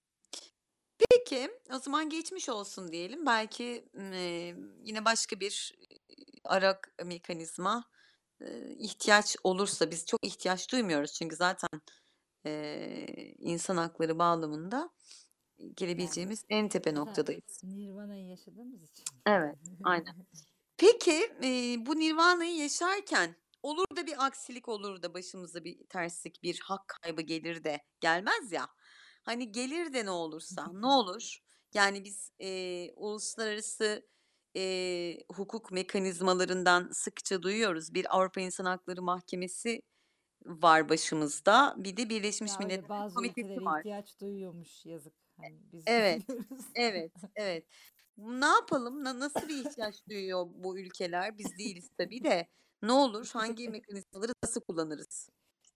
S1: Peki, o zaman geçmiş olsun diyelim. Belki yine başka bir ara mekanizma ihtiyaç olursa biz çok ihtiyaç duymuyoruz çünkü zaten insan hakları bağlamında
S2: Yani
S1: gelebileceğimiz en tepe
S2: zaten
S1: noktadayız.
S2: Nirvana'yı yaşadığımız için.
S1: Evet, aynen. Peki, bu nirvanayı yaşarken olur da bir aksilik olur da başımıza bir terslik, bir hak kaybı gelir de gelmez ya. Hani gelir de ne olursa, ne olur? Yani biz, uluslararası, hukuk mekanizmalarından sıkça duyuyoruz. Bir Avrupa İnsan Hakları Mahkemesi var başımızda. Bir de Birleşmiş
S2: Ya öyle
S1: Milletler
S2: bazı
S1: Komitesi
S2: ülkelere
S1: var.
S2: ihtiyaç duyuyormuş yazık. Hani biz
S1: Evet,
S2: duymuyoruz.
S1: evet, evet. Ne yapalım? Nasıl bir ihtiyaç duyuyor bu ülkeler? Biz değiliz tabii de. Ne olur? Hangi mekanizmaları nasıl kullanırız?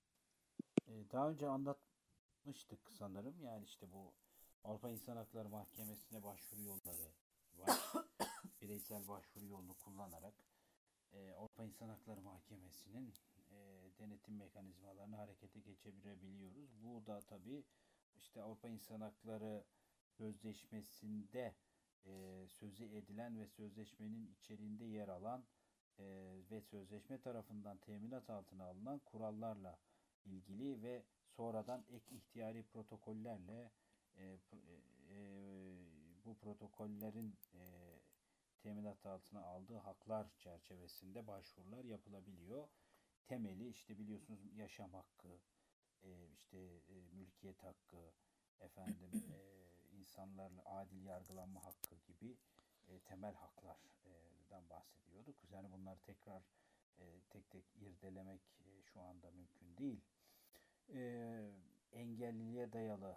S3: daha önce anlatmıştık sanırım. Yani işte bu Avrupa İnsan Hakları Mahkemesi'ne başvuru yolları var. Bireysel başvuru yolunu kullanarak Avrupa İnsan Hakları Mahkemesi'nin denetim mekanizmalarını harekete geçirebiliyoruz. Bu da tabii işte Avrupa İnsan Hakları Sözleşmesi'nde sözü edilen ve sözleşmenin içeriğinde yer alan ve sözleşme tarafından teminat altına alınan kurallarla ilgili ve sonradan ek ihtiyari protokollerle e, bu protokollerin teminat altına aldığı haklar çerçevesinde başvurular yapılabiliyor. Temeli işte biliyorsunuz yaşam hakkı, mülkiyet hakkı, efendim insanlarla adil yargılanma hakkı gibi temel haklardan bahsediyorduk. Yani bunları tekrar tek tek irdelemek şu anda mümkün değil. Engelliliğe dayalı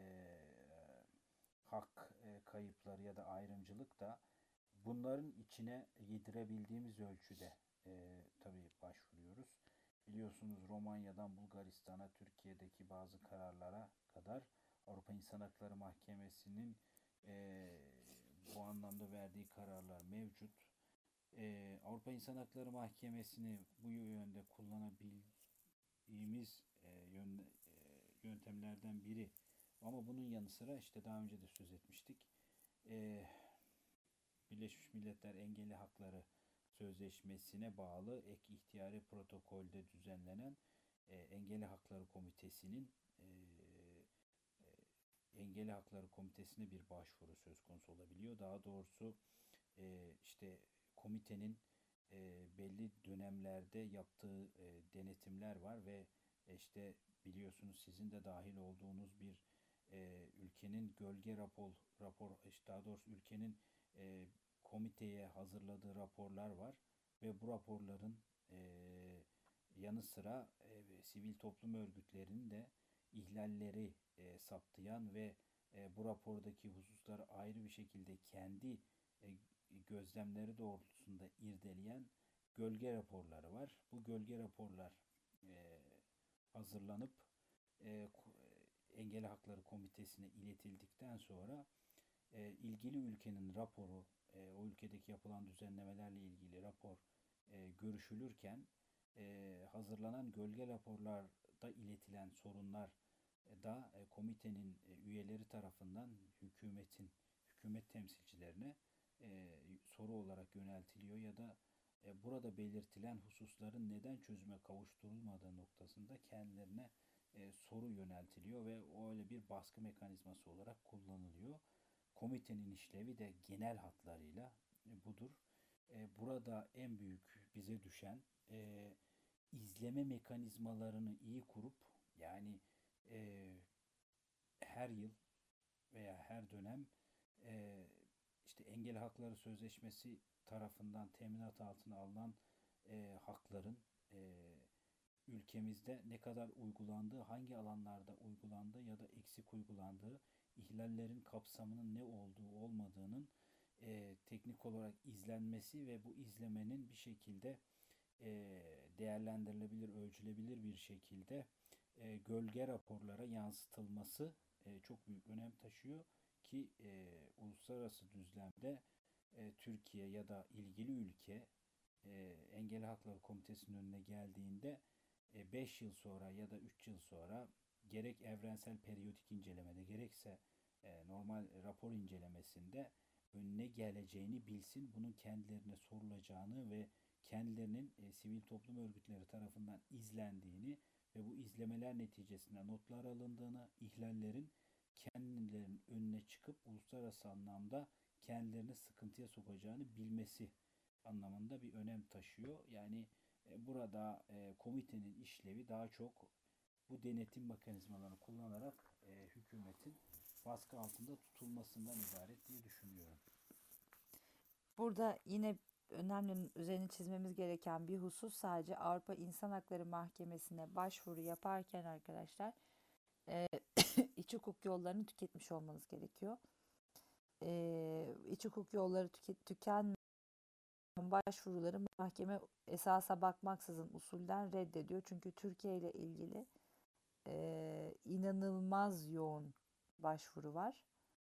S3: hak kayıpları ya da ayrımcılık da bunların içine yedirebildiğimiz ölçüde tabii başvuruyoruz. Biliyorsunuz Romanya'dan Bulgaristan'a, Türkiye'deki bazı kararlara kadar Avrupa İnsan Hakları Mahkemesi'nin e, bu anlamda verdiği kararlar mevcut. Avrupa İnsan Hakları Mahkemesi'ni bu yönde kullanabildiğimiz yöntemlerden biri. Ama bunun yanı sıra işte daha önce de söz etmiştik. E, Birleşmiş Milletler Engelli Hakları Sözleşmesi'ne bağlı ek ihtiyari protokolde düzenlenen Engelli Hakları Komitesi'nin Engelli Hakları Komitesi'ne bir başvuru söz konusu olabiliyor. Daha doğrusu işte komitenin belli dönemlerde yaptığı denetimler var ve işte biliyorsunuz sizin de dahil olduğunuz bir ülkenin gölge işte daha doğrusu ülkenin e, komiteye hazırladığı raporlar var ve bu raporların e, yanı sıra sivil toplum örgütlerinin de ihlalleri saptayan ve bu rapordaki hususları ayrı bir şekilde kendi e, gözlemleri doğrultusunda irdeleyen gölge raporları var. Bu gölge raporlar e, hazırlanıp e, Engelli Hakları Komitesi'ne iletildikten sonra ilgili ülkenin raporu, o ülkedeki yapılan düzenlemelerle ilgili rapor görüşülürken hazırlanan gölge raporlarda iletilen sorunlar da komitenin üyeleri tarafından hükümet temsilcilerine soru olarak yöneltiliyor ya da burada belirtilen hususların neden çözüme kavuşturulmadığı noktasında kendilerine soru yöneltiliyor ve o öyle bir baskı mekanizması olarak kullanılıyor. Komitenin işlevi de genel hatlarıyla budur. Burada en büyük bize düşen izleme mekanizmalarını iyi kurup yani e, her yıl veya her dönem e, işte Engel Hakları Sözleşmesi tarafından teminat altına alınan hakların ülkemizde ne kadar uygulandığı, hangi alanlarda uygulandığı ya da eksik uygulandığı, ihlallerin kapsamının ne olduğu olmadığının teknik olarak izlenmesi ve bu izlemenin bir şekilde değerlendirilebilir, ölçülebilir bir şekilde gölge raporlara yansıtılması çok büyük önem taşıyor ki uluslararası düzlemde Türkiye ya da ilgili ülke Engelli Hakları Komitesi'nin önüne geldiğinde 5 yıl sonra ya da 3 yıl sonra gerek evrensel periyodik incelemede gerekse normal rapor incelemesinde önüne geleceğini bilsin, bunun kendilerine sorulacağını ve kendilerinin sivil toplum örgütleri tarafından izlendiğini ve bu izlemeler neticesinde notlar alındığını, ihlallerin kendilerinin önüne çıkıp uluslararası anlamda kendilerini sıkıntıya sokacağını bilmesi anlamında bir önem taşıyor. Yani burada komitenin işlevi daha çok bu denetim mekanizmalarını kullanarak hükümetin baskı altında tutulmasından ibaret diye düşünüyorum.
S2: Burada yine önemli üzerine çizmemiz gereken bir husus, sadece Avrupa İnsan Hakları Mahkemesi'ne başvuru yaparken arkadaşlar e, iç hukuk yollarını tüketmiş olmanız gerekiyor. İç hukuk yolları tükenmeyen başvuruları mahkeme esasa bakmaksızın usulden reddediyor. Çünkü Türkiye ile ilgili inanılmaz yoğun başvuru var.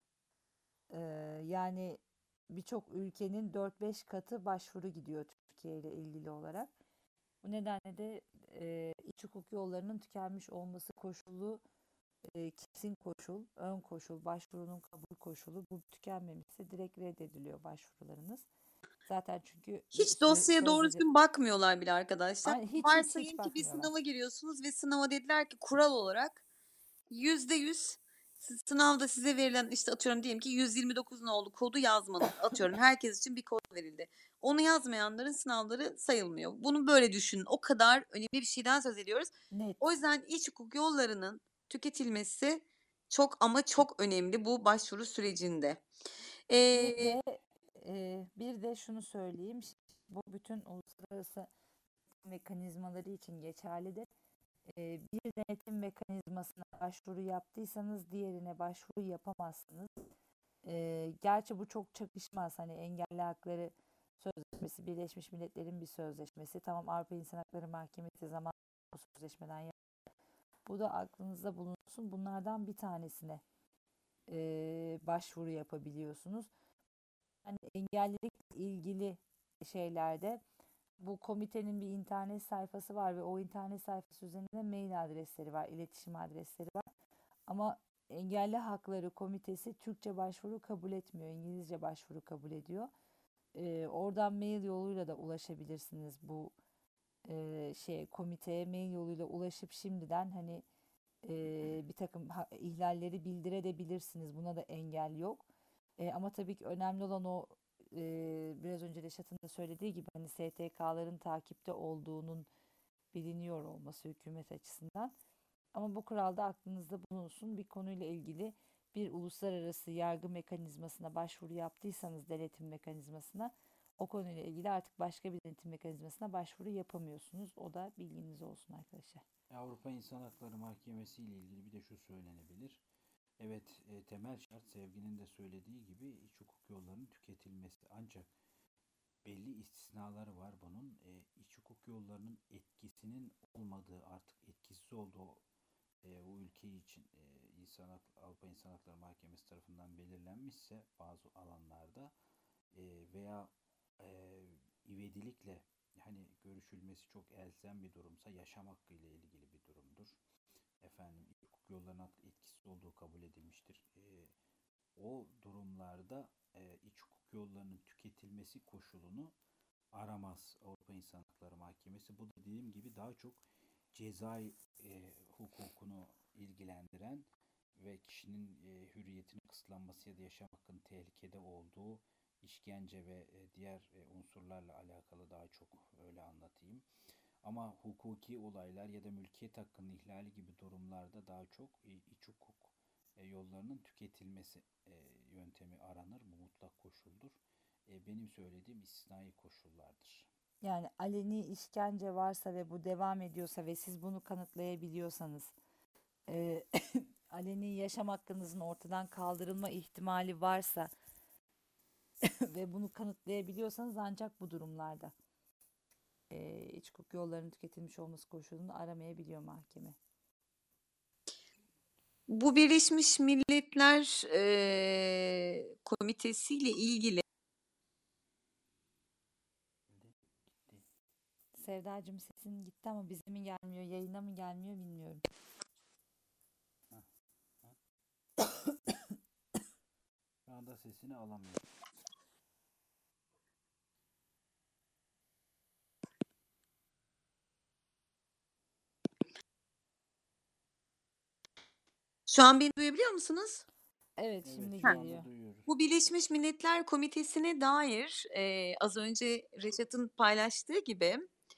S2: Yani birçok ülkenin 4-5 katı başvuru gidiyor Türkiye ile ilgili olarak. Bu nedenle de iç hukuk yollarının tükenmiş olması koşulu kesin koşul, ön koşul, başvurunun kabul koşulu. Bu tükenmemişse direkt reddediliyor başvurularınız. Zaten çünkü
S1: Hiç dosyaya doğru
S2: sözde
S1: düzgün bakmıyorlar bile arkadaşlar.
S2: hiç
S1: Varsayın ki bir
S2: bakmıyorlar.
S1: sınava giriyorsunuz ve sınava dediler ki kural olarak %100 sınavda size verilen işte atıyorum diyelim ki 129 nolu kodu yazmanız atıyorum herkes için bir kod verildi. Onu yazmayanların sınavları sayılmıyor. Bunu böyle düşünün. O kadar önemli bir şeyden söz ediyoruz.
S2: Net.
S1: O yüzden iç hukuk yollarının tüketilmesi çok ama çok önemli bu başvuru sürecinde. Ee,
S2: Bir de şunu söyleyeyim. Bu bütün uluslararası mekanizmaları için geçerlidir. Bir denetim mekanizmasına başvuru yaptıysanız diğerine başvuru yapamazsınız. Gerçi bu çok çakışmaz. Hani engelli hakları sözleşmesi, Birleşmiş Milletler'in bir sözleşmesi. Tamam, Avrupa İnsan Hakları Mahkemesi zaman o sözleşmeden bu da aklınızda bulunsun. Bunlardan bir tanesine başvuru yapabiliyorsunuz. Hani engellilikle ilgili şeylerde bu komitenin bir internet sayfası var ve o internet sayfası üzerinde mail adresleri var, iletişim adresleri var. Ama Engelli Hakları Komitesi Türkçe başvuru kabul etmiyor, İngilizce başvuru kabul ediyor. Oradan mail yoluyla da ulaşabilirsiniz bu komiteye mail yoluyla ulaşıp şimdiden hani bir takım ihlalleri bildirebilirsiniz. Buna da engel yok. Ama tabii ki önemli olan o biraz önce Reşat'ın da söylediği gibi hani STK'ların takipte olduğunun biliniyor olması hükümet açısından. Ama bu kural da aklınızda bulunsun. Bir konuyla ilgili bir uluslararası yargı mekanizmasına başvuru yaptıysanız, denetim mekanizmasına, o konuyla ilgili artık başka bir denetim mekanizmasına başvuru yapamıyorsunuz. O da bilginiz olsun arkadaşlar.
S3: Avrupa İnsan Hakları Mahkemesi ile ilgili bir de şu söylenebilir. Evet, temel şart sevginin de söylediği gibi iç hukuk yollarının tüketilmesi. Ancak belli istisnaları var bunun. İç hukuk yollarının etkisinin olmadığı, artık etkisiz olduğu o ülke için Avrupa İnsan Hakları Mahkemesi tarafından belirlenmişse bazı alanlarda veya ivedilikle hani görüşülmesi çok elzem bir durumsa, yaşam hakkı ile ilgili bir durumdur. Efendim, hukuk yollarının etkisiz olduğu kabul edilmiştir. O durumlarda iç hukuk yollarının tüketilmesi koşulunu aramaz Avrupa İnsan Hakları Mahkemesi. Bu da dediğim gibi daha çok ceza hukukunu ilgilendiren ve kişinin hürriyetinin kısıtlanması ya da yaşam hakkının tehlikede olduğu işkence ve diğer unsurlarla alakalı, daha çok öyle anlatayım. Ama hukuki olaylar ya da mülkiyet hakkının ihlali gibi durumlarda daha çok iç hukuk yollarının tüketilmesi yöntemi aranır. Bu mutlak koşuldur. Benim söylediğim istisnai koşullardır.
S2: Yani aleni işkence varsa ve bu devam ediyorsa ve siz bunu kanıtlayabiliyorsanız, e, aleni yaşam hakkınızın ortadan kaldırılma ihtimali varsa ve bunu kanıtlayabiliyorsanız, ancak bu durumlarda iç hukuk yollarının tüketilmiş olması koşulunu aramayabiliyor mahkeme.
S1: Bu Birleşmiş Milletler Komitesi ile ilgili
S2: Sevdacığım, sesin gitti ama bize mi gelmiyor, yayına mı gelmiyor bilmiyorum.
S3: Şu anda sesini alamıyorum.
S1: şu an beni duyabiliyor musunuz?
S2: Evet,
S3: Evet,
S2: şimdi
S3: şu anda
S2: geliyor.
S3: duyuyoruz.
S1: Bu Birleşmiş Milletler Komitesi'ne dair az önce Reşat'ın paylaştığı gibi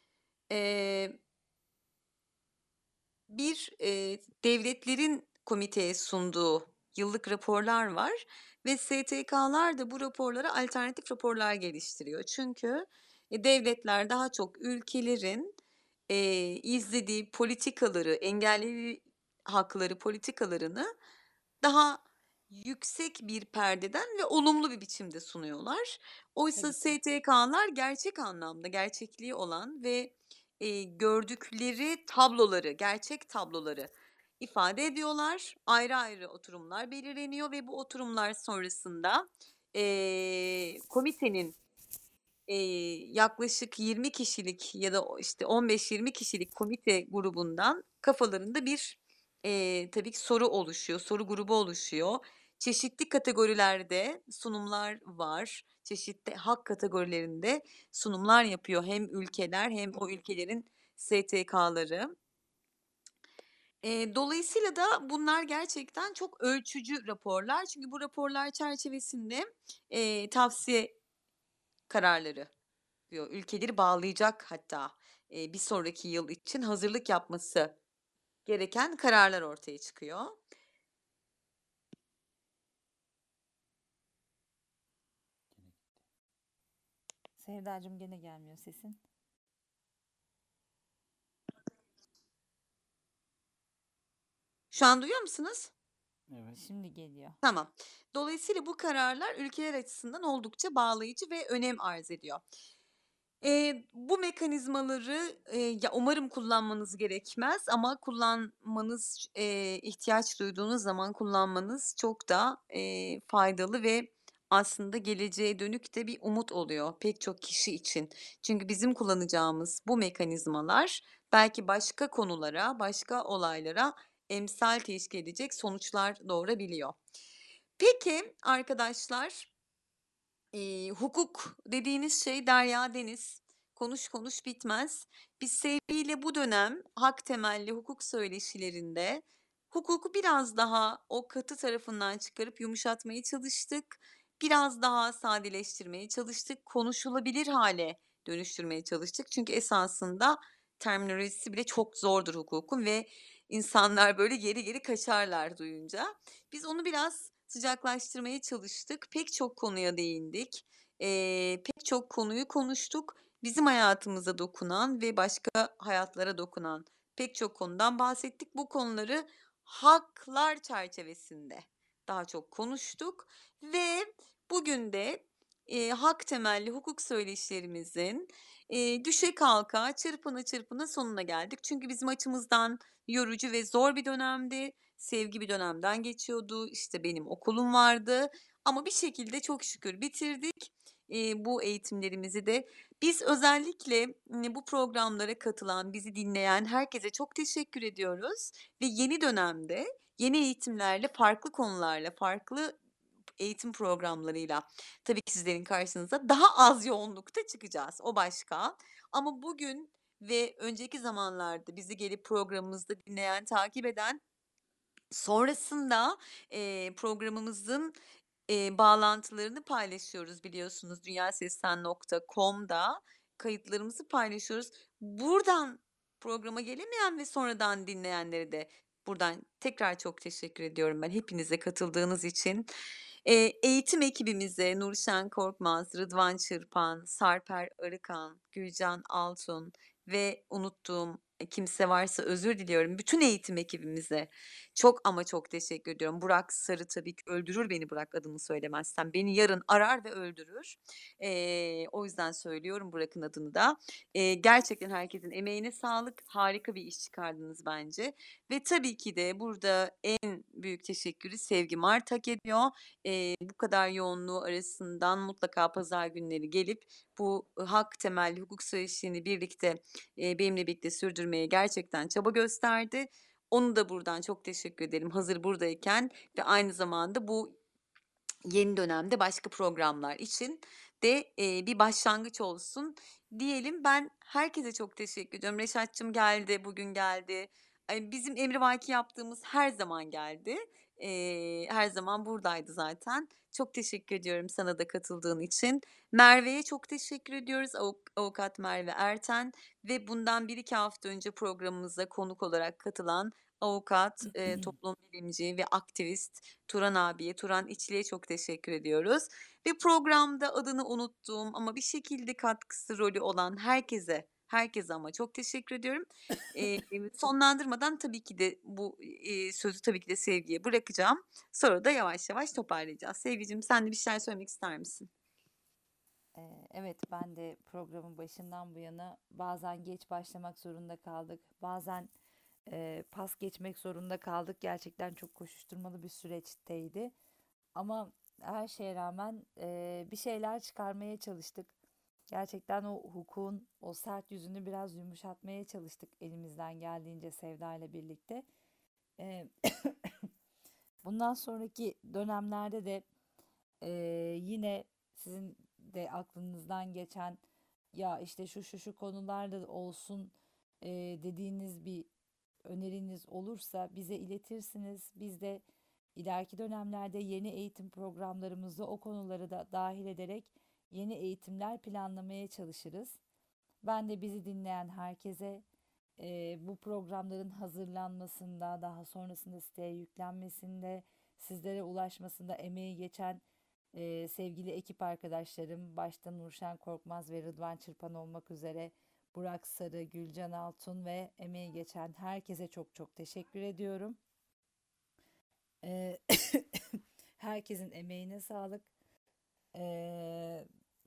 S1: bir devletlerin komiteye sunduğu yıllık raporlar var ve STK'lar da bu raporlara alternatif raporlar geliştiriyor. Çünkü devletler daha çok ülkelerin izlediği politikaları, engelli hakları politikalarını daha yüksek bir perdeden ve olumlu bir biçimde sunuyorlar. Oysa
S2: Tabii ki.
S1: STK'lar gerçek anlamda gerçekliği olan ve gördükleri tabloları, gerçek tabloları ifade ediyorlar. Ayrı ayrı oturumlar belirleniyor ve bu oturumlar sonrasında komitenin yaklaşık 20 kişilik ya da işte 15-20 kişilik komite grubundan kafalarında bir tabii ki soru oluşuyor, soru grubu oluşuyor. Çeşitli kategorilerde sunumlar var. Çeşitli hak kategorilerinde sunumlar yapıyor hem ülkeler hem o ülkelerin STK'ları. Dolayısıyla da bunlar gerçekten çok ölçücü raporlar. Çünkü bu raporlar çerçevesinde tavsiye kararları diyor. Ülkeleri bağlayacak, hatta bir sonraki yıl için hazırlık yapması gereken kararlar ortaya çıkıyor.
S2: Sevdacığım, gene gelmiyor sesin.
S1: Şu an duyuyor musunuz?
S3: Evet.
S2: Şimdi geliyor.
S1: Tamam. Dolayısıyla bu kararlar ülkeler açısından oldukça bağlayıcı ve önem arz ediyor. Bu mekanizmaları ya umarım kullanmanız gerekmez ama kullanmanız, ihtiyaç duyduğunuz zaman kullanmanız çok da faydalı ve aslında geleceğe dönük de bir umut oluyor pek çok kişi için. Çünkü bizim kullanacağımız bu mekanizmalar belki başka konulara, başka olaylara emsal teşkil edecek sonuçlar doğurabiliyor. Peki arkadaşlar, hukuk dediğiniz şey derya deniz. Konuş konuş bitmez. Biz sevgiyle bu dönem hak temelli hukuk söyleşilerinde hukuku biraz daha o katı tarafından çıkarıp yumuşatmaya çalıştık. biraz daha sadeleştirmeye çalıştık. Konuşulabilir hale dönüştürmeye çalıştık. Çünkü esasında terminolojisi bile çok zordur hukukun ve insanlar böyle geri geri kaçarlar duyunca. Biz onu biraz sıcaklaştırmaya çalıştık. Pek çok konuya değindik. Pek çok konuyu konuştuk. Bizim hayatımıza dokunan ve başka hayatlara dokunan pek çok konudan bahsettik. Bu konuları haklar çerçevesinde daha çok konuştuk ve bugün de, hak temelli hukuk söyleşilerimizin, düşe kalka, çırpına çırpına sonuna geldik. Çünkü bizim açımızdan yorucu ve zor bir dönemdi. Sevgi bir dönemden geçiyordu. İşte benim okulum vardı ama bir şekilde çok şükür bitirdik, bu eğitimlerimizi de. Biz özellikle, bu programlara katılan, bizi dinleyen herkese çok teşekkür ediyoruz ve yeni dönemde yeni eğitimlerle, farklı konularla, farklı eğitim programlarıyla tabii ki sizlerin karşınıza daha az yoğunlukta çıkacağız. O başka. Ama bugün ve önceki zamanlarda bizi gelip programımızda dinleyen, takip eden, sonrasında, programımızın, bağlantılarını paylaşıyoruz biliyorsunuz dünyaseslen.com'da kayıtlarımızı paylaşıyoruz. Buradan programa gelemeyen ve sonradan dinleyenlere de buradan tekrar çok teşekkür ediyorum ben hepinize katıldığınız için. Eğitim ekibimize Nurşen Korkmaz, Rıdvan Çırpan, Sarper Arıkan, Gülcan Altun ve unuttuğum kimse varsa özür diliyorum. Bütün eğitim ekibimize çok ama çok teşekkür ediyorum. Burak Sarı tabii ki öldürür beni Burak adını söylemezsem. Beni yarın arar ve öldürür. O yüzden söylüyorum Burak'ın adını da. Gerçekten herkesin emeğine sağlık. Harika bir iş çıkardınız bence. Ve tabii ki de burada en büyük teşekkürü Sevgi Mart hak ediyor. Bu kadar yoğunluğu arasından mutlaka pazar günleri gelip bu hak temelli hukuk söyleşilerini birlikte benimle birlikte sürdürmeye gerçekten çaba gösterdi. Onu da buradan çok teşekkür ederim hazır buradayken ve aynı zamanda bu yeni dönemde başka programlar için de bir başlangıç olsun diyelim. Ben herkese çok teşekkür ediyorum. Reşat'cığım geldi, bugün geldi. Bizim emrivaki yaptığımız her zaman geldi. Her zaman buradaydı zaten. Çok teşekkür ediyorum sana da katıldığın için. Merve'ye çok teşekkür ediyoruz. Avukat Merve Erten ve bundan 1-2 hafta önce programımıza konuk olarak katılan avukat, toplum bilimci ve aktivist Turan abiye, Turan İçli'ye çok teşekkür ediyoruz. Ve programda adını unuttuğum ama bir şekilde katkısı rolü olan herkese ama çok teşekkür ediyorum. Sonlandırmadan tabii ki de bu sözü tabii ki de Sevgi'ye bırakacağım. Sonra da yavaş yavaş toparlayacağız. Sevgicim sen de bir şeyler söylemek ister misin?
S2: Evet, ben de programın başından bu yana bazen geç başlamak zorunda kaldık. Bazen pas geçmek zorunda kaldık. Gerçekten çok koşuşturmalı bir süreçteydi. Ama her şeye rağmen bir şeyler çıkarmaya çalıştık. Gerçekten o hukukun o sert yüzünü biraz yumuşatmaya çalıştık elimizden geldiğince Sevda ile birlikte. E, Bundan sonraki dönemlerde de yine sizin de aklınızdan geçen ya işte şu konularda olsun dediğiniz bir öneriniz olursa bize iletirsiniz. Biz de ileriki dönemlerde yeni eğitim programlarımızda o konuları da dahil ederek yeni eğitimler planlamaya çalışırız. Ben de bizi dinleyen herkese bu programların hazırlanmasında, daha sonrasında siteye yüklenmesinde, sizlere ulaşmasında emeği geçen sevgili ekip arkadaşlarım, başta Nurşen Korkmaz ve Rıdvan Çırpan olmak üzere Burak Sarı, Gülcan Altun ve emeği geçen herkese çok çok teşekkür ediyorum. E, Herkesin emeğine sağlık. E,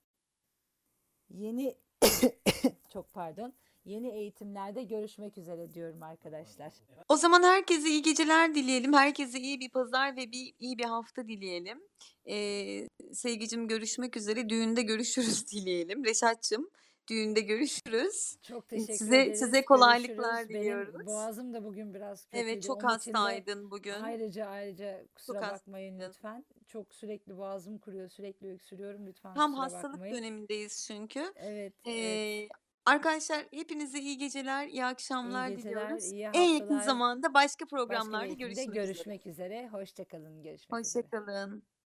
S2: Yeni çok pardon. Yeni eğitimlerde görüşmek üzere diyorum arkadaşlar.
S1: O zaman herkese iyi geceler dileyelim. Herkese iyi bir pazar ve iyi bir hafta dileyelim. Sevgicim görüşmek üzere. Düğünde görüşürüz dileyelim. Reşat'cığım düğünde görüşürüz.
S2: Çok teşekkür
S1: Size
S2: ederiz.
S1: kolaylıklar
S2: Görüşürüz. Benim
S1: diliyoruz.
S2: boğazım da bugün biraz
S1: Evet
S2: kötüydü.
S1: çok
S2: Onun için de
S1: hastaydın bugün.
S2: ayrıca
S1: Çok
S2: kusura bakmayın
S1: hastaydın.
S2: lütfen. Çok sürekli boğazım kuruyor, sürekli öksürüyorum. Lütfen
S1: Tam
S2: kusura
S1: hastalık
S2: bakmayın.
S1: dönemindeyiz çünkü.
S2: Evet, evet.
S1: Arkadaşlar hepinize iyi geceler, iyi
S2: İyi
S1: akşamlar
S2: geceler,
S1: diliyoruz.
S2: iyi
S1: En yakın
S2: haftalar.
S1: zamanda başka
S2: Başka bir
S1: programlarda
S2: eğitimde
S1: görüşmek üzere.
S2: görüşmek üzere. Hoşça kalın. Görüşmek
S1: Hoşça
S2: üzere.
S1: kalın.